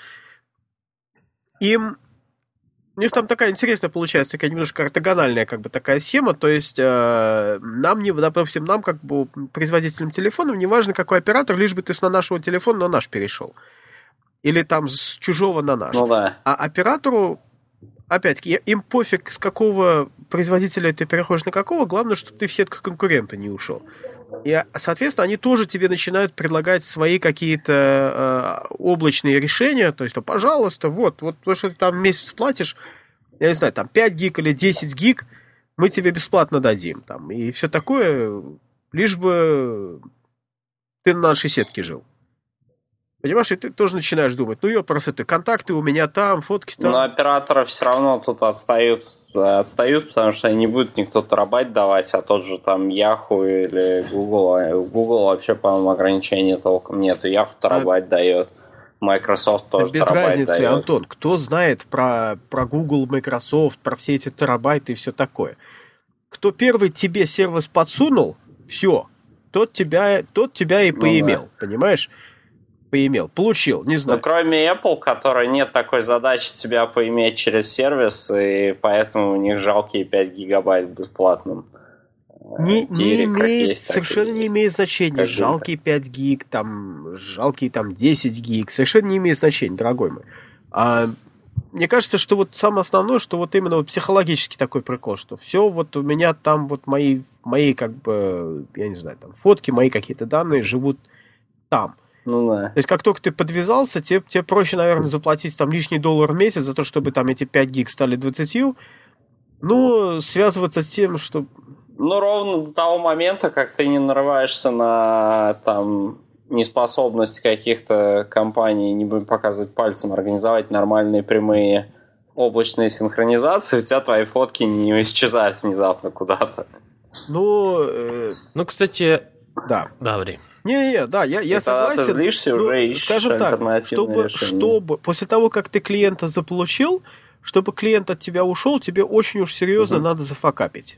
Им... У них там такая интересная получается, такая немножко ортогональная как бы такая схема, то есть э, нам, не, допустим, нам как бы производителям телефонов, неважно какой оператор, лишь бы ты с на нашего телефона на наш перешел. Или там с чужого на наш. Ну, да. А оператору, опять-таки, им пофиг, с какого производителя ты переходишь на какого, главное, чтобы ты в сетку конкурента не ушел. И, соответственно, они тоже тебе начинают предлагать свои какие-то э, облачные решения, то есть, ну, пожалуйста, вот, вот то, что ты там месяц платишь, я не знаю, там пять гиг или десять гиг, мы тебе бесплатно дадим. Там, и все такое, лишь бы ты на нашей сетке жил. Понимаешь, и ты тоже начинаешь думать, ну, ее просто ты контакты у меня там, фотки там. Но операторы все равно тут отстают, отстают, потому что не будет никто терабайт давать, а тот же там Yahoo или Google. Google вообще, по-моему, ограничений толком нету. Yahoo терабайт а... дает. Microsoft тоже без терабайт разницы, дает. Антон, кто знает про, про Google, Microsoft, про все эти терабайты и все такое. Кто первый тебе сервис подсунул, все, тот тебя, тот тебя и поимел, ну, да. Понимаешь? Поимел, получил, не знаю. Ну, кроме Apple, которой нет такой задачи тебя поиметь через сервис, и поэтому у них жалкие пять гигабайт бесплатным. Не, не имеет, есть, совершенно не имеет значения. Жалкие пять гиг, там, жалкие там десять гиг, совершенно не имеет значения, дорогой мой. А, мне кажется, что вот самое основное, что вот именно вот психологический такой прикол, что все вот у меня там вот мои, мои как бы, я не знаю, там фотки, мои какие-то данные живут там. Ну да. То есть, как только ты подвязался, тебе, тебе проще, наверное, заплатить там лишний доллар в месяц за то, чтобы там эти пять гиг стали двадцатью, ну, связываться с тем, что... Ну, ровно до того момента, как ты не нарываешься на там неспособность каких-то компаний, не будем показывать пальцем, организовать нормальные прямые облачные синхронизации, у тебя твои фотки не исчезают внезапно куда-то. Ну, э... ну, кстати... Да. Да, ври. Не-не-не, да, я, я согласен. Ты злишься, ну, уже ищешь скажем так, чтобы, чтобы после того, как ты клиента заполучил, чтобы клиент от тебя ушел, тебе очень уж серьезно угу. надо зафакапить.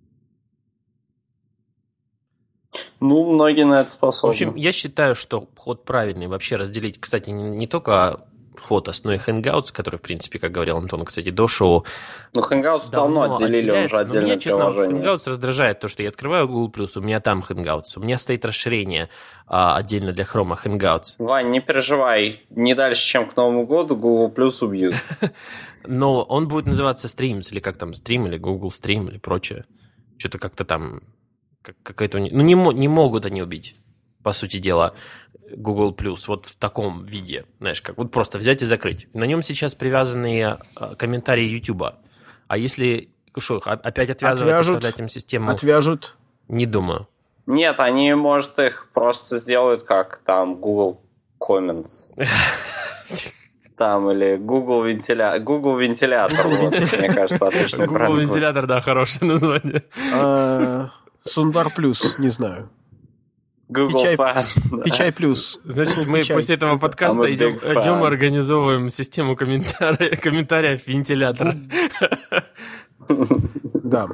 Ну, многие на это способны. В общем, я считаю, что ход правильный. Вообще разделить, кстати, не, не только фотос, но и Hangouts, который, в принципе, как говорил Антон, кстати, до шоу. Ну, Hangouts давно, давно отделили уже отдельное меня, честно, приложение. Hangouts раздражает то, что я открываю Google+, у меня там Hangouts, у меня стоит расширение а, отдельно для Chrome Hangouts. Вань, не переживай, не дальше, чем к Новому году Google Plus убьют. Но он будет называться Streams, или как там, Stream, или Google Stream, или прочее. Что-то как-то там... Какая-то... Ну, не, не могут они убить, по сути дела, Google+, вот в таком виде, знаешь, как вот просто взять и закрыть. На нем сейчас привязаны комментарии YouTube. А если, что, опять отвязывать, отвяжут, оставлять им систему? Отвяжут. Не думаю. Нет, они, может, их просто сделают как там Google Comments. Там, или Google вентилятор. Google вентилятор, вот, мне кажется, отличный бренд. Google вентилятор, да, хорошее название. Сундар плюс, не знаю. Google Печай, Fan. Печай плюс. Значит, мы Печай. После этого подкаста идем, идем организовываем систему комментариев, комментариев вентилятора. Да.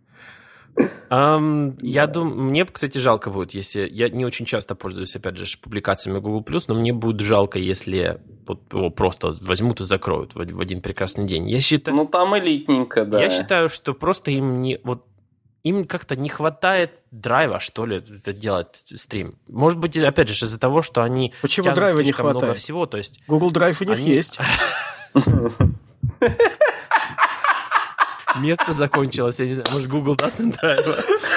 Um, я думаю, мне, кстати, жалко будет, если... Я не очень часто пользуюсь, опять же, публикациями Google+, но мне будет жалко, если вот его просто возьмут и закроют в, в один прекрасный день. Я считаю... Ну, там элитненько, да. Я считаю, что просто им не... Вот, им как-то не хватает драйва, что ли, это делать стрим. Может быть, опять же, из-за того, что они Почему тянут драйва слишком не много хватает? всего, то есть... Google Drive у них они... есть. Место закончилось, я не знаю, может, Google даст им драйва?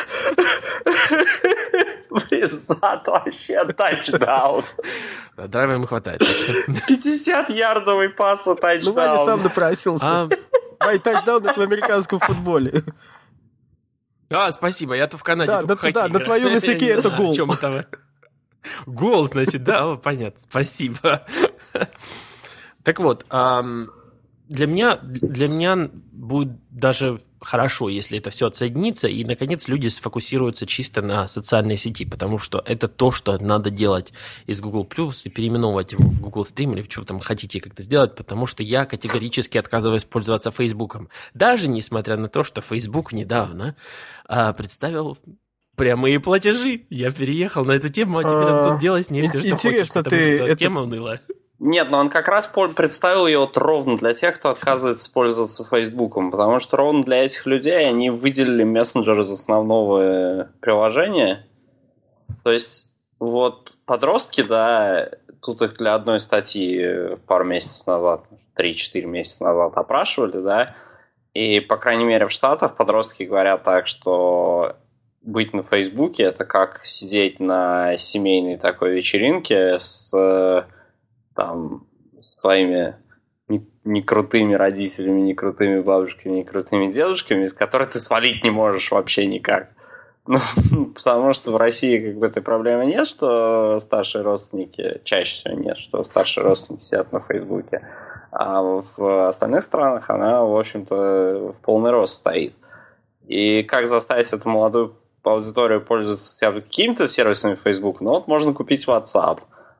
Бризат вообще тачдаун. Да, драйва им хватает. пятьдесят-ярдовый пас и тачдаун. Ну, Ваня сам напросился. Вань, тачдаун это в американском футболе. А, спасибо, я-то в Канаде да, только да, хоккей да, на твоем языке это гол. О чем это? Гол, значит, да, понятно, спасибо. Так вот, для меня, для меня будет даже хорошо, если это все отсоединится, и, наконец, люди сфокусируются чисто на социальной сети, потому что это то, что надо делать из Google+, и переименовывать его в Google Stream, или что вы там хотите как-то сделать, потому что я категорически отказываюсь пользоваться Фейсбуком. Даже несмотря на то, что Facebook недавно а, представил прямые платежи. Я переехал на эту тему, а теперь он тут делай с ней все, что хочешь, потому что тема унылая. Нет, но он как раз представил ее вот ровно для тех, кто отказывается пользоваться Фейсбуком, потому что ровно для этих людей они выделили мессенджер из основного приложения. То есть вот подростки, да, тут их для одной статьи пару месяцев назад, три-четыре месяца назад опрашивали, да, и, по крайней мере, в Штатах подростки говорят так, что быть на Фейсбуке — это как сидеть на семейной такой вечеринке с... там, своими не, не крутыми родителями, не крутыми бабушками, не крутыми дедушками, из которых ты свалить не можешь вообще никак. Ну, потому что в России как бы этой проблемы нет, что старшие родственники, чаще всего нет, что старшие родственники сидят на Фейсбуке. А в остальных странах она, в общем-то, в полный рост стоит. И как заставить эту молодую аудиторию пользоваться какими-то сервисами Facebook? Ну, вот можно купить WhatsApp.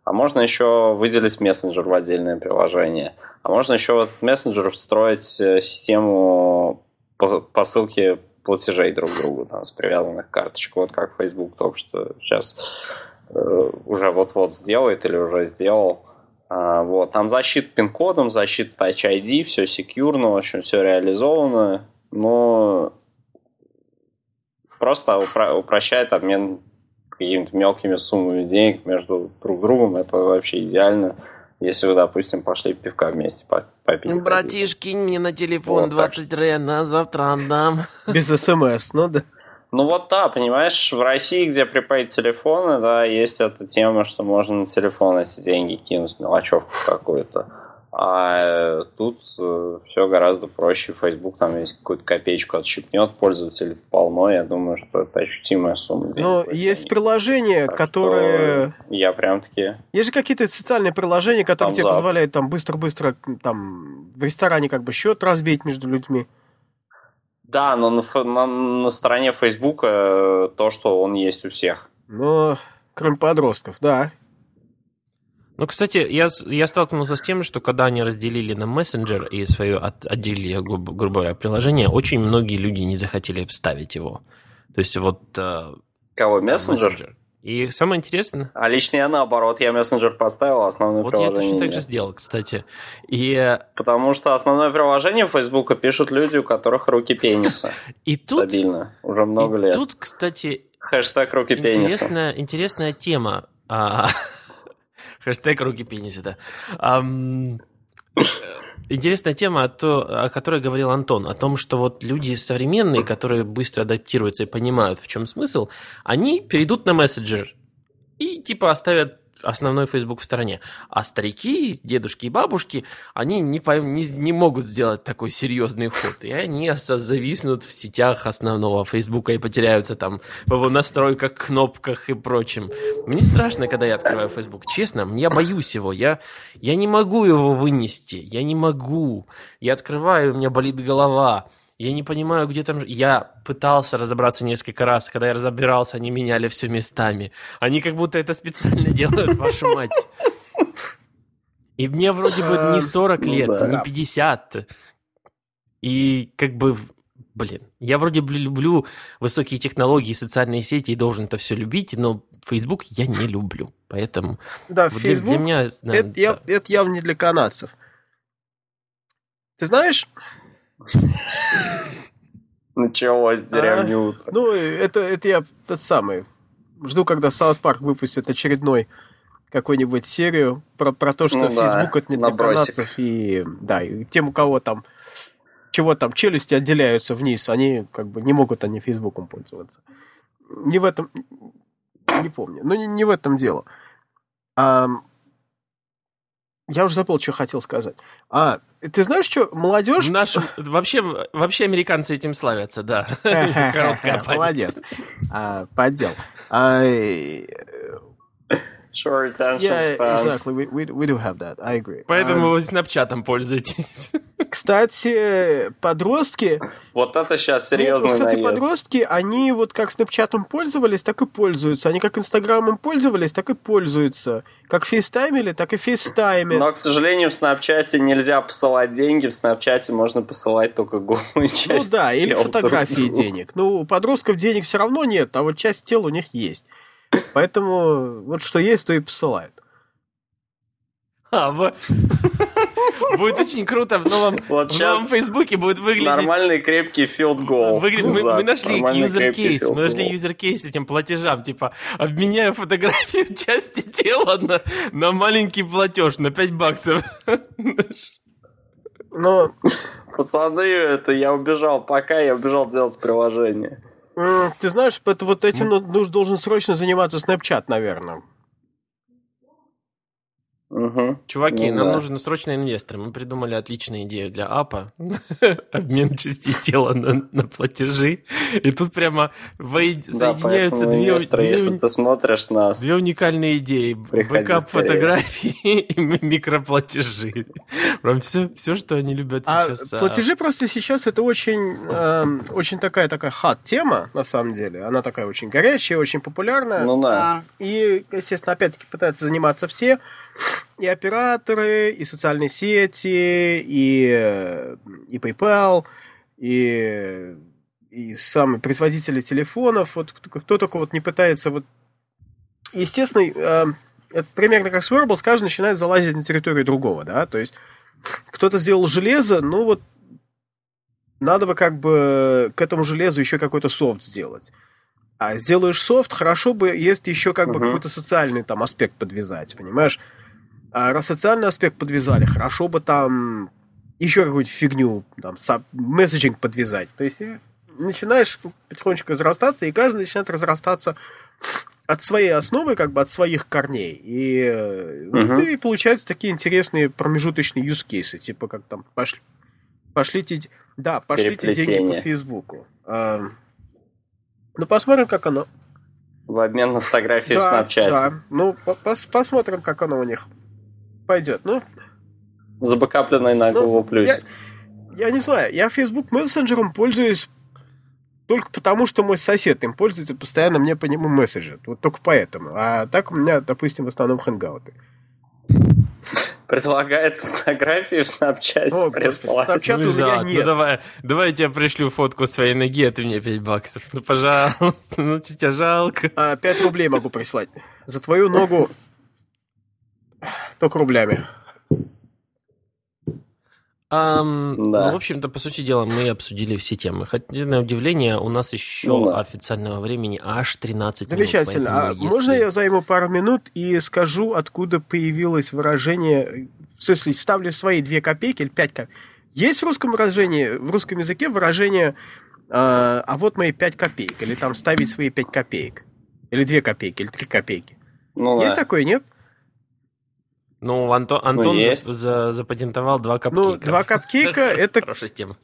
А можно еще выделить мессенджер в отдельное приложение. А можно еще в этот мессенджер встроить систему посылки платежей друг к другу там, с привязанных карточек. Вот как Facebook только что сейчас э, уже вот-вот сделает или уже сделал. А, вот. Там защита пин-кодом, защита Touch ай ди, все секьюрно, в общем, все реализовано. Но просто упро- упрощает обмен какими-то мелкими суммами денег между друг другом. Это вообще идеально. Если вы, допустим, пошли пивка вместе попить. Братиш, кинь мне на телефон вот, двадцать рен, на завтра отдам. Без смс, ну да. Ну вот да, понимаешь, в России, где припейд телефоны, да, есть эта тема, что можно на телефон эти деньги кинуть, мелочевку какую-то. А тут э, все гораздо проще. Facebook там есть какую-то копеечку отщипнет, пользователей полно. Я думаю, что это ощутимая сумма денег. Но есть приложения, так которые... Я прям таки... Есть же какие-то социальные приложения, которые там тебе за... позволяют там быстро-быстро там в ресторане как бы счет разбить между людьми. Да, но на, на, на стороне Facebook то, что он есть у всех. Ну, кроме подростков, да. Ну, кстати, я, я столкнулся с тем, что когда они разделили на мессенджер и свое от, отделили, грубо, грубо говоря, приложение, очень многие люди не захотели вставить его. То есть вот... Кого, мессенджер? мессенджер. И самое интересное... А лично я наоборот, я мессенджер поставил, а основное вот приложение Вот я точно нет. так же сделал, кстати. И... Потому что основное приложение Фейсбука пишут люди, у которых руки пениса. И тут... Стабильно, уже много и лет. тут, кстати... Хэштег руки пениса. Интересная, интересная тема. Хэштег руки пениса, да. Um, интересная тема, о которой говорил Антон, о том, что вот люди современные, которые быстро адаптируются и понимают, в чем смысл, они перейдут на мессенджер и типа оставят основной Facebook в стороне. А старики, дедушки и бабушки, они не, пойм, не, не могут сделать такой серьезный ход. И они зависнут в сетях основного Facebook и потеряются там в его настройках, кнопках и прочем. Мне страшно, когда я открываю Facebook. Честно, я боюсь его. Я, я не могу его вынести. Я не могу. Я открываю, у меня болит голова. Я не понимаю, где там... Я пытался разобраться несколько раз. Когда я разбирался, они меняли все местами. Они как будто это специально делают, вашу мать. И мне вроде бы не сорок лет, не пятьдесят. И как бы... Блин, я вроде бы люблю высокие технологии, социальные сети и должен это все любить, но Facebook я не люблю. Поэтому... Да, вот Facebook... Для, для меня, да, это, да. Я, это явно не для канадцев. Ты знаешь... Началось деревни а, утро. Ну, это, это я тот самый. Жду, когда South Park выпустит очередной какую-нибудь серию про, про то, что ну, Facebook да, это не для канадцев. И, да, и тем, у кого там чего там, челюсти отделяются вниз, они как бы не могут они Фейсбуком пользоваться. Не в этом... Не помню. Ну, не, не в этом дело. А, я уже забыл, что хотел сказать. А, ты знаешь, что молодежь... Наш... Вообще, вообще американцы этим славятся, да. Короткая память. Молодец. А, поддел. А, Short attention yeah, span. Exactly. We, we, we do have that. I agree. Поэтому um, вы Снапчатом пользуетесь. Кстати, подростки... Вот это сейчас серьезный Нет, кстати, наезд. подростки, они вот как Снапчатом пользовались, так и пользуются. Они как Инстаграмом пользовались, так и пользуются. Как фейстаймили, так и фейстаймят. Но, к сожалению, в Снапчате нельзя посылать деньги. В Снапчате можно посылать только голую часть Ну да, или тел фотографии друг денег. Ну, у подростков денег все равно нет, а вот часть тел у них есть. Поэтому вот что есть, то и посылают. А, в... Будет очень круто в новом, вот в новом Фейсбуке будет выглядеть... Нормальный крепкий field goal. Выгля... Мы, мы нашли user case, мы нашли user case этим платежам. Типа, обменяю фотографию части тела на, на маленький платеж на пять баксов. Но... Пацаны, это я убежал. Пока я убежал делать приложение. Ты знаешь, это вот этим ну, должен срочно заниматься Snapchat, наверное. Угу. Чуваки, Ну нам да. нужны срочно инвесторы. Мы придумали отличную идею для апа. Обмен частей тела на, на платежи. И тут прямо вои- Да, соединяются поэтому, две, инвесторы, две, если ты смотришь нас, две уникальные идеи. приходи Бэкап скорее. фотографий и микроплатежи. Прям все, все, что они любят А сейчас. а, платежи просто сейчас это очень, эм, очень такая такая хат тема, на самом деле. Она такая очень горячая, очень популярная. Ну да. А, И, естественно, опять-таки пытаются заниматься все. И операторы, и социальные сети, и, э, и PayPal, и, и сами производители телефонов. Вот кто, кто только вот не пытается вот... Естественно, э, это примерно как с Wearables, каждый начинает залазить на территорию другого, да, то есть кто-то сделал железо, ну вот надо бы как бы к этому железу еще какой-то софт сделать. А сделаешь софт, хорошо бы, если еще как бы Мгм. какой-то социальный там аспект подвязать, понимаешь? А раз социальный аспект подвязали, хорошо бы там еще какую-то фигню, там, саб- месседжинг подвязать. То есть э, начинаешь потихонечку разрастаться, и каждый начинает разрастаться от своей основы, как бы от своих корней. И, э, Мгм. и получаются такие интересные промежуточные use cases, типа как там пошли, пошлите, да, пошлите деньги по Переплетение. Фейсбуку. А, ну, посмотрим, как оно. В обмен на фотографии в Да, Snapchat. да. Ну, по- пос- посмотрим, как оно у них пойдет. Ну, Забэкапленной на Ну, Google+. я, я не знаю, я Facebook мессенджером пользуюсь только потому, что мой сосед им пользуется, постоянно мне по нему месседжит. Вот только поэтому. А так у меня, допустим, в основном хэнгауты. Предлагает фотографии в Snapchat О, прислать. господи, Snapchat у меня Зуза, нет. ну давай, давай я тебе пришлю фотку своей ноги, а ты мне пять баксов. Ну, пожалуйста, ну что тебя жалко. А, пять рублей могу прислать. За твою ногу только рублями. Ам, Да. Ну, в общем-то, по сути дела, мы обсудили все темы. Хотя, на удивление, у нас еще Ну да. официального времени аж тринадцать Замечательно. минут. А поэтому если- можно я займу пару минут и скажу, откуда появилось выражение, в смысле, ставлю свои две копейки или пять копеек. Есть в русском выражении, в русском языке выражение а, а вот мои пять копеек, или там ставить свои пять копеек, или две копейки, или три копейки. Ну Есть да. такое, нет? Ну, Антон, Антон за- есть. за- запатентовал два капкейка. Ну, два капкейка это... Хорошая тема.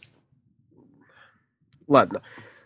Ладно.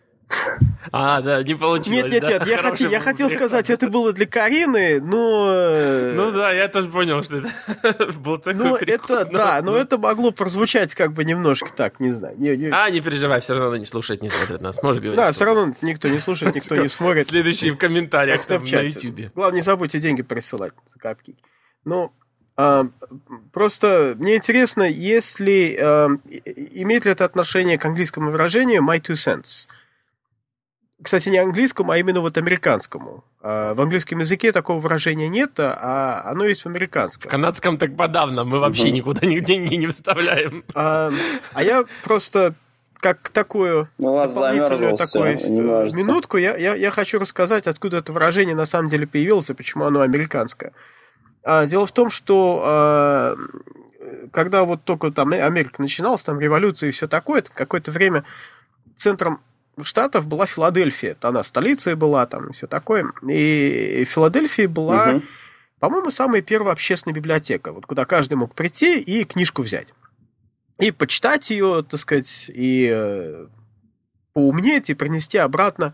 А, да, не получилось. Нет, нет, да? нет, я, Хороший хотел, я был хотел вариант. сказать, это было для Карины, но... э, Ну да, я тоже понял, что это был такой Ну, прикол. это, да, но это могло прозвучать как бы немножко так, не знаю. Не- не- А, не переживай, все равно она не слушает, не смотрит нас. Можешь говорить. Да, что- все равно никто не слушает, никто не смотрит. Следующие в комментариях Как там на Snapchat. Ютубе. Главное, не забудьте деньги присылать за капки. Ну, а, просто мне интересно, если а, и- имеет ли это отношение к английскому выражению my two cents. Кстати, не английскому, а именно вот американскому. А в английском языке такого выражения нет, а оно есть в В американском. канадском так подавно, мы вообще Мгм. никуда ни деньги не вставляем. А, а я просто как такую Ну, у вас дополнительную замерзло такую все, не э, можете. минутку, я, я, я хочу рассказать, откуда это выражение на самом деле появилось и почему оно американское. А, дело в том, что а, когда вот только там Америка начиналась, там революция и все такое, это какое-то время центром штатов была Филадельфия. Это она столицей была, там, и все такое. И в Филадельфии была, Мгм. по-моему, самая первая общественная библиотека, вот куда каждый мог прийти и книжку взять. И почитать ее, так сказать, и э, поумнеть, и принести обратно.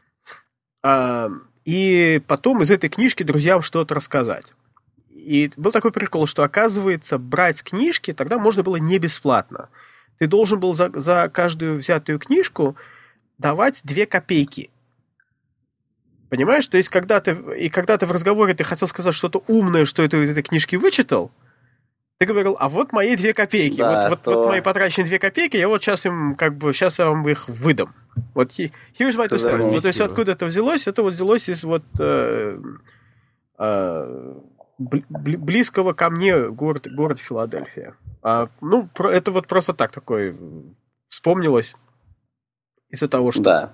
А, и потом из этой книжки друзьям что-то рассказать. И был такой прикол, что, оказывается, брать книжки тогда можно было не бесплатно. Ты должен был за, за каждую взятую книжку давать две копейки. Понимаешь? То есть, когда ты, и когда ты в разговоре ты хотел сказать что-то умное, что ты из этой книжки вычитал, ты говорил, а вот мои две копейки. Да, вот, вот, то- вот мои потраченные две копейки, я вот сейчас им, как бы, сейчас я вам их выдам. Вот he- here's my two Это cents. Ну, то есть, заместил. откуда это взялось? Это вот взялось из вот э, э, бли- бли- близкого ко мне город, город Филадельфия. А, ну, про- это вот просто так такое вспомнилось из-за того, что... А Да.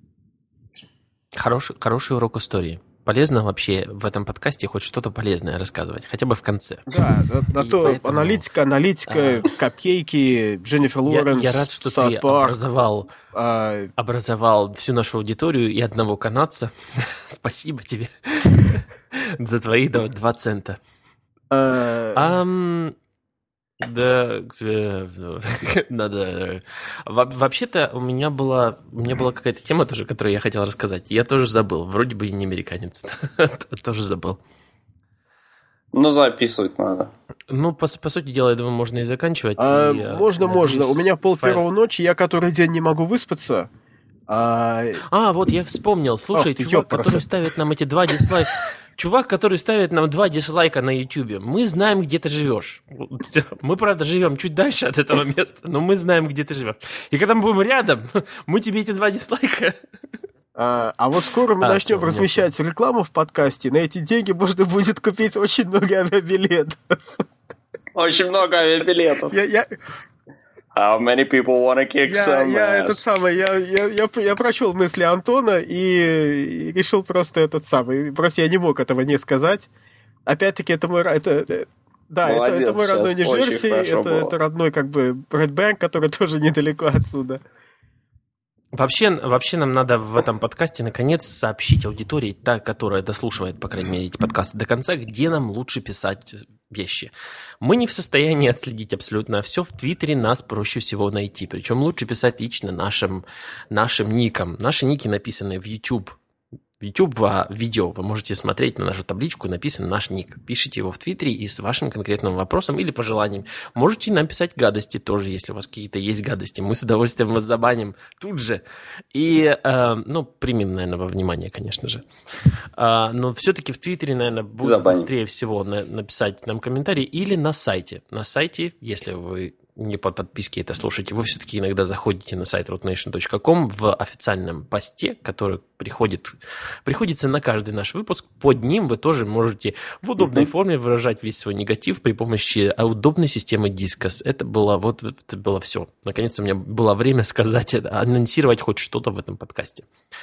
Хороший, хороший урок истории. Полезно вообще в этом подкасте хоть что-то полезное рассказывать, хотя бы в конце. Да, а, а И то поэтому, аналитика, аналитика, капкейки, Дженнифер Я, Лоуренс, я рад, что Саут ты Парк, образовал, а, образовал всю нашу аудиторию и одного канадца. Спасибо тебе за твои два, два цента. Ам, Да, э, надо... Во- Вообще-то у меня была, у меня была какая-то тема тоже, которую я хотел рассказать. Я тоже забыл. Вроде бы и не американец. Тоже забыл. Ну, записывать надо. Ну, по, по сути дела, я думаю, можно и заканчивать. А, и, э, можно, можно. У надеюсь, меня пол файл- первого ночи, я который день не могу выспаться. А, А, вот я вспомнил. Слушай, Ах ты, чувак, ёпрст. который ставит нам эти два дизлайка... Чувак, который ставит нам два дизлайка на Ютубе. Мы знаем, где ты живешь. Мы, правда, живем чуть дальше от этого места, но мы знаем, где ты живешь. И когда мы будем рядом, мы тебе эти два дизлайка... а, а вот скоро мы А, начнем всё, размещать рекламу в подкасте. На эти деньги можно будет купить очень много авиабилетов. Очень много авиабилетов. Я, я, How many people wanna kick я, some я ass? этот самый, я, я, я, я прочел мысли Антона и, и решил просто этот самый. Просто я не мог этого не сказать. Опять-таки, это мой... Это, это- да, это, Молодец, это мой родной сейчас очень Нью-Джерси, хорошо это, было. это родной как бы Red Bank, который тоже недалеко отсюда. Вообще, вообще нам надо в этом подкасте наконец сообщить аудитории, та, которая дослушивает, по крайней мере, эти подкасты до конца, где нам лучше писать вещи. Мы не в состоянии отследить абсолютно все. В Твиттере нас проще всего найти. Причем лучше писать лично нашим, нашим никам. Наши ники написаны в YouTube. В YouTube а, видео вы можете смотреть на нашу табличку, написан наш ник. Пишите его в Твиттере и с вашим конкретным вопросом или пожеланием. Можете нам писать гадости тоже, если у вас какие-то есть гадости. Мы с удовольствием вас забаним тут же. И, э, ну, примем, наверное, во внимание, конечно же. А, но все-таки в Твиттере, наверное, будет Забаним. быстрее всего на- написать нам комментарий или на сайте. На сайте, если вы не по подписке это слушаете, вы все-таки иногда заходите на сайт rootnation точка com в официальном посте, который приходит, приходится на каждый наш выпуск. Под ним вы тоже можете в удобной форме выражать весь свой негатив при помощи удобной системы Disqus. Это было вот это было все. Наконец-то у меня было время сказать это, анонсировать хоть что-то в этом подкасте.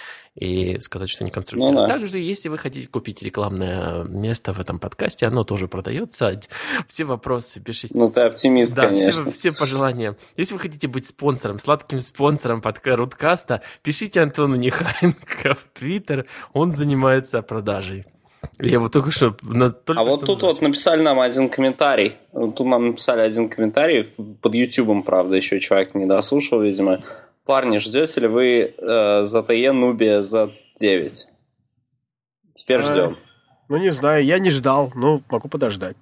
И сказать, что не конструктивно. Ну да. Также, если вы хотите купить рекламное место в этом подкасте, оно тоже продается. Все вопросы пишите. Ну, ты оптимист, Да, конечно. все, все пожелания. Если вы хотите быть спонсором, сладким спонсором подка- Руткаста, пишите Антону Нехаенко в Твиттер, он занимается продажей. Я вот только что... на- только А вот что тут назвал. вот написали нам один комментарий. Вот Тут нам написали один комментарий. Под Ютубом, правда, еще человек не дослушал, видимо. Парни, ждете ли вы э, зет и Nubia зет девять? Теперь А, ждем. Ну, не знаю, я не ждал, но могу подождать.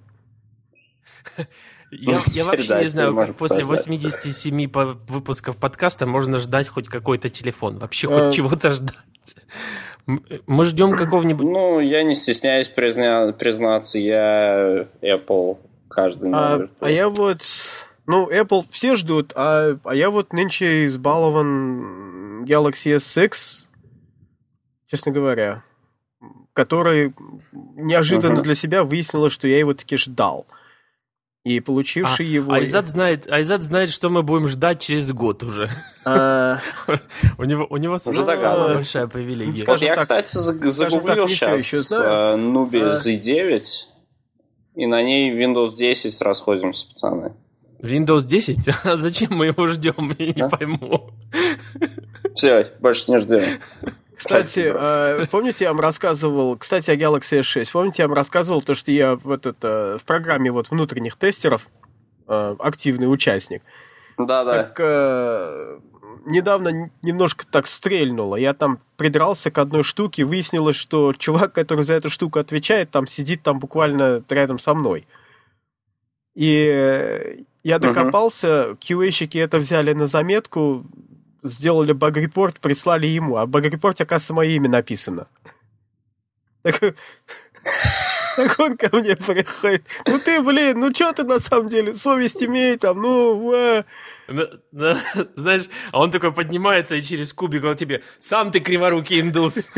Я, я вообще Да, не теперь знаю, можно как после подождать. восьмидесяти семи по- выпусков подкаста можно ждать хоть какой-то телефон. Вообще А. хоть чего-то ждать. М- Мы ждем какого-нибудь... Ну, я не стесняюсь призна- признаться, я Apple каждый А, номер. а я вот... Ну, Apple все ждут, а, а я вот нынче избалован Galaxy эс икс, честно говоря, который неожиданно Ага. для себя выяснилось, что я его таки ждал. И получивший его... Айзат знает, Айзат знает, что мы будем ждать через год уже. а, У него, у него Уже самого догадываюсь. большая привилегия. Вот скажем я, так- кстати, за- скажем загуглил так, не всё сейчас ещё знаю. Nubia А. зет девять, и на ней Windows десять расходимся, пацаны. Windows десять? А зачем мы его ждем? Я не Да? пойму. Все, больше не ждем. Кстати, Спасибо. а, помните, я вам рассказывал, кстати, о Galaxy эс шесть, помните, я вам рассказывал то, что я вот это, в программе вот внутренних тестеров а, активный участник. Да-да. Так э, недавно н- немножко так стрельнуло. Я там придрался к одной штуке, выяснилось, что чувак, который за эту штуку отвечает, там сидит там буквально рядом со мной. И э, я Мгм. докопался, кью эй-щики это взяли на заметку, сделали баг-репорт, прислали ему, а в баг-репорте, оказывается, мое имя написано. Так, так он ко мне приходит. Ну ты, блин, ну что ты на самом деле, совесть имей там, ну, э. На- на- Знаешь, а он такой поднимается и через кубик он тебе: сам ты криворукий индус.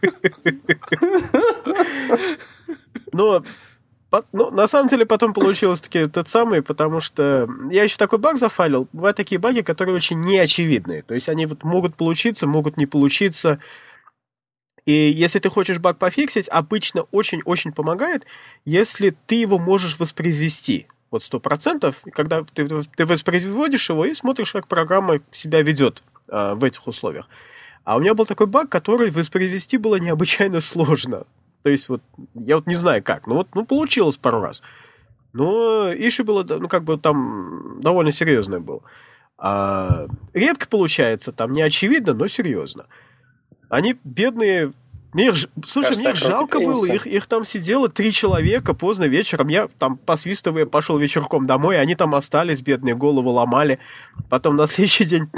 Но, по- ну, на самом деле потом получилось таки тот самый, потому что я еще такой баг зафайлил. Бывают такие баги, которые очень неочевидные. То есть они вот могут получиться, могут не получиться. И если ты хочешь баг пофиксить, обычно очень-очень помогает, если ты его можешь воспроизвести. Вот сто процентов, когда ты, ты воспроизводишь его и смотришь, как программа себя ведет а, в этих условиях. А у меня был такой баг, который воспроизвести было необычайно сложно. То есть вот я вот не знаю как, но вот ну, получилось пару раз. Но issue было, ну, как бы там довольно серьезное было. А редко получается, там не очевидно, но серьезно. Они бедные... Мне их, слушай, Кажется, мне их жалко было, их, их там сидело три человека поздно вечером, я там посвистывая пошел вечерком домой, они там остались, бедные, голову ломали, потом на следующий день...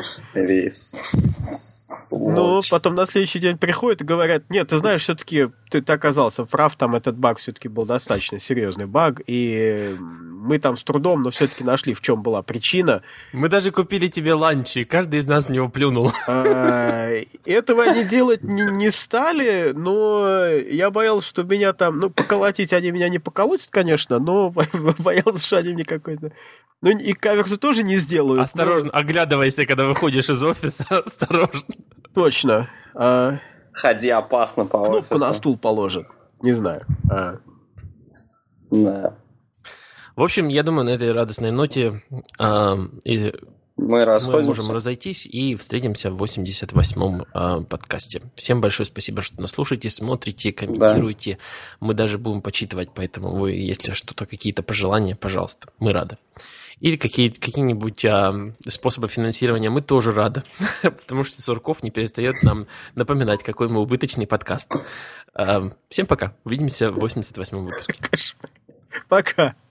Ну, потом на следующий день приходят и говорят, нет, ты знаешь, все-таки ты, ты оказался прав, там этот баг все-таки был достаточно серьезный баг, и мы там с трудом, но все-таки нашли, в чем была причина. Мы даже купили тебе ланчи, каждый из нас в него плюнул. Этого они делать не стали, но я боялся, что меня там, ну, поколотить они меня не поколотят, конечно, но боялся, что они мне какой-то... Ну, и каверзы тоже не сделают. Осторожно, но... оглядывайся, когда выходишь из офиса, осторожно. Точно. А... Ходи опасно по Кнопку офису. на стул положат. Не знаю. А... Да. В общем, я думаю, на этой радостной ноте э, и мы, мы можем разойтись и встретимся в восемьдесят восьмом э, подкасте. Всем большое спасибо, что нас слушаете, смотрите, комментируете. Да. Мы даже будем почитывать, поэтому вы, если что-то, какие-то пожелания, пожалуйста, мы рады. Или какие, какие-нибудь а, способы финансирования, мы тоже рады, потому что Сурков не перестает нам напоминать, какой мы убыточный подкаст. А, всем пока, увидимся в восемьдесят восьмом выпуске. Пока.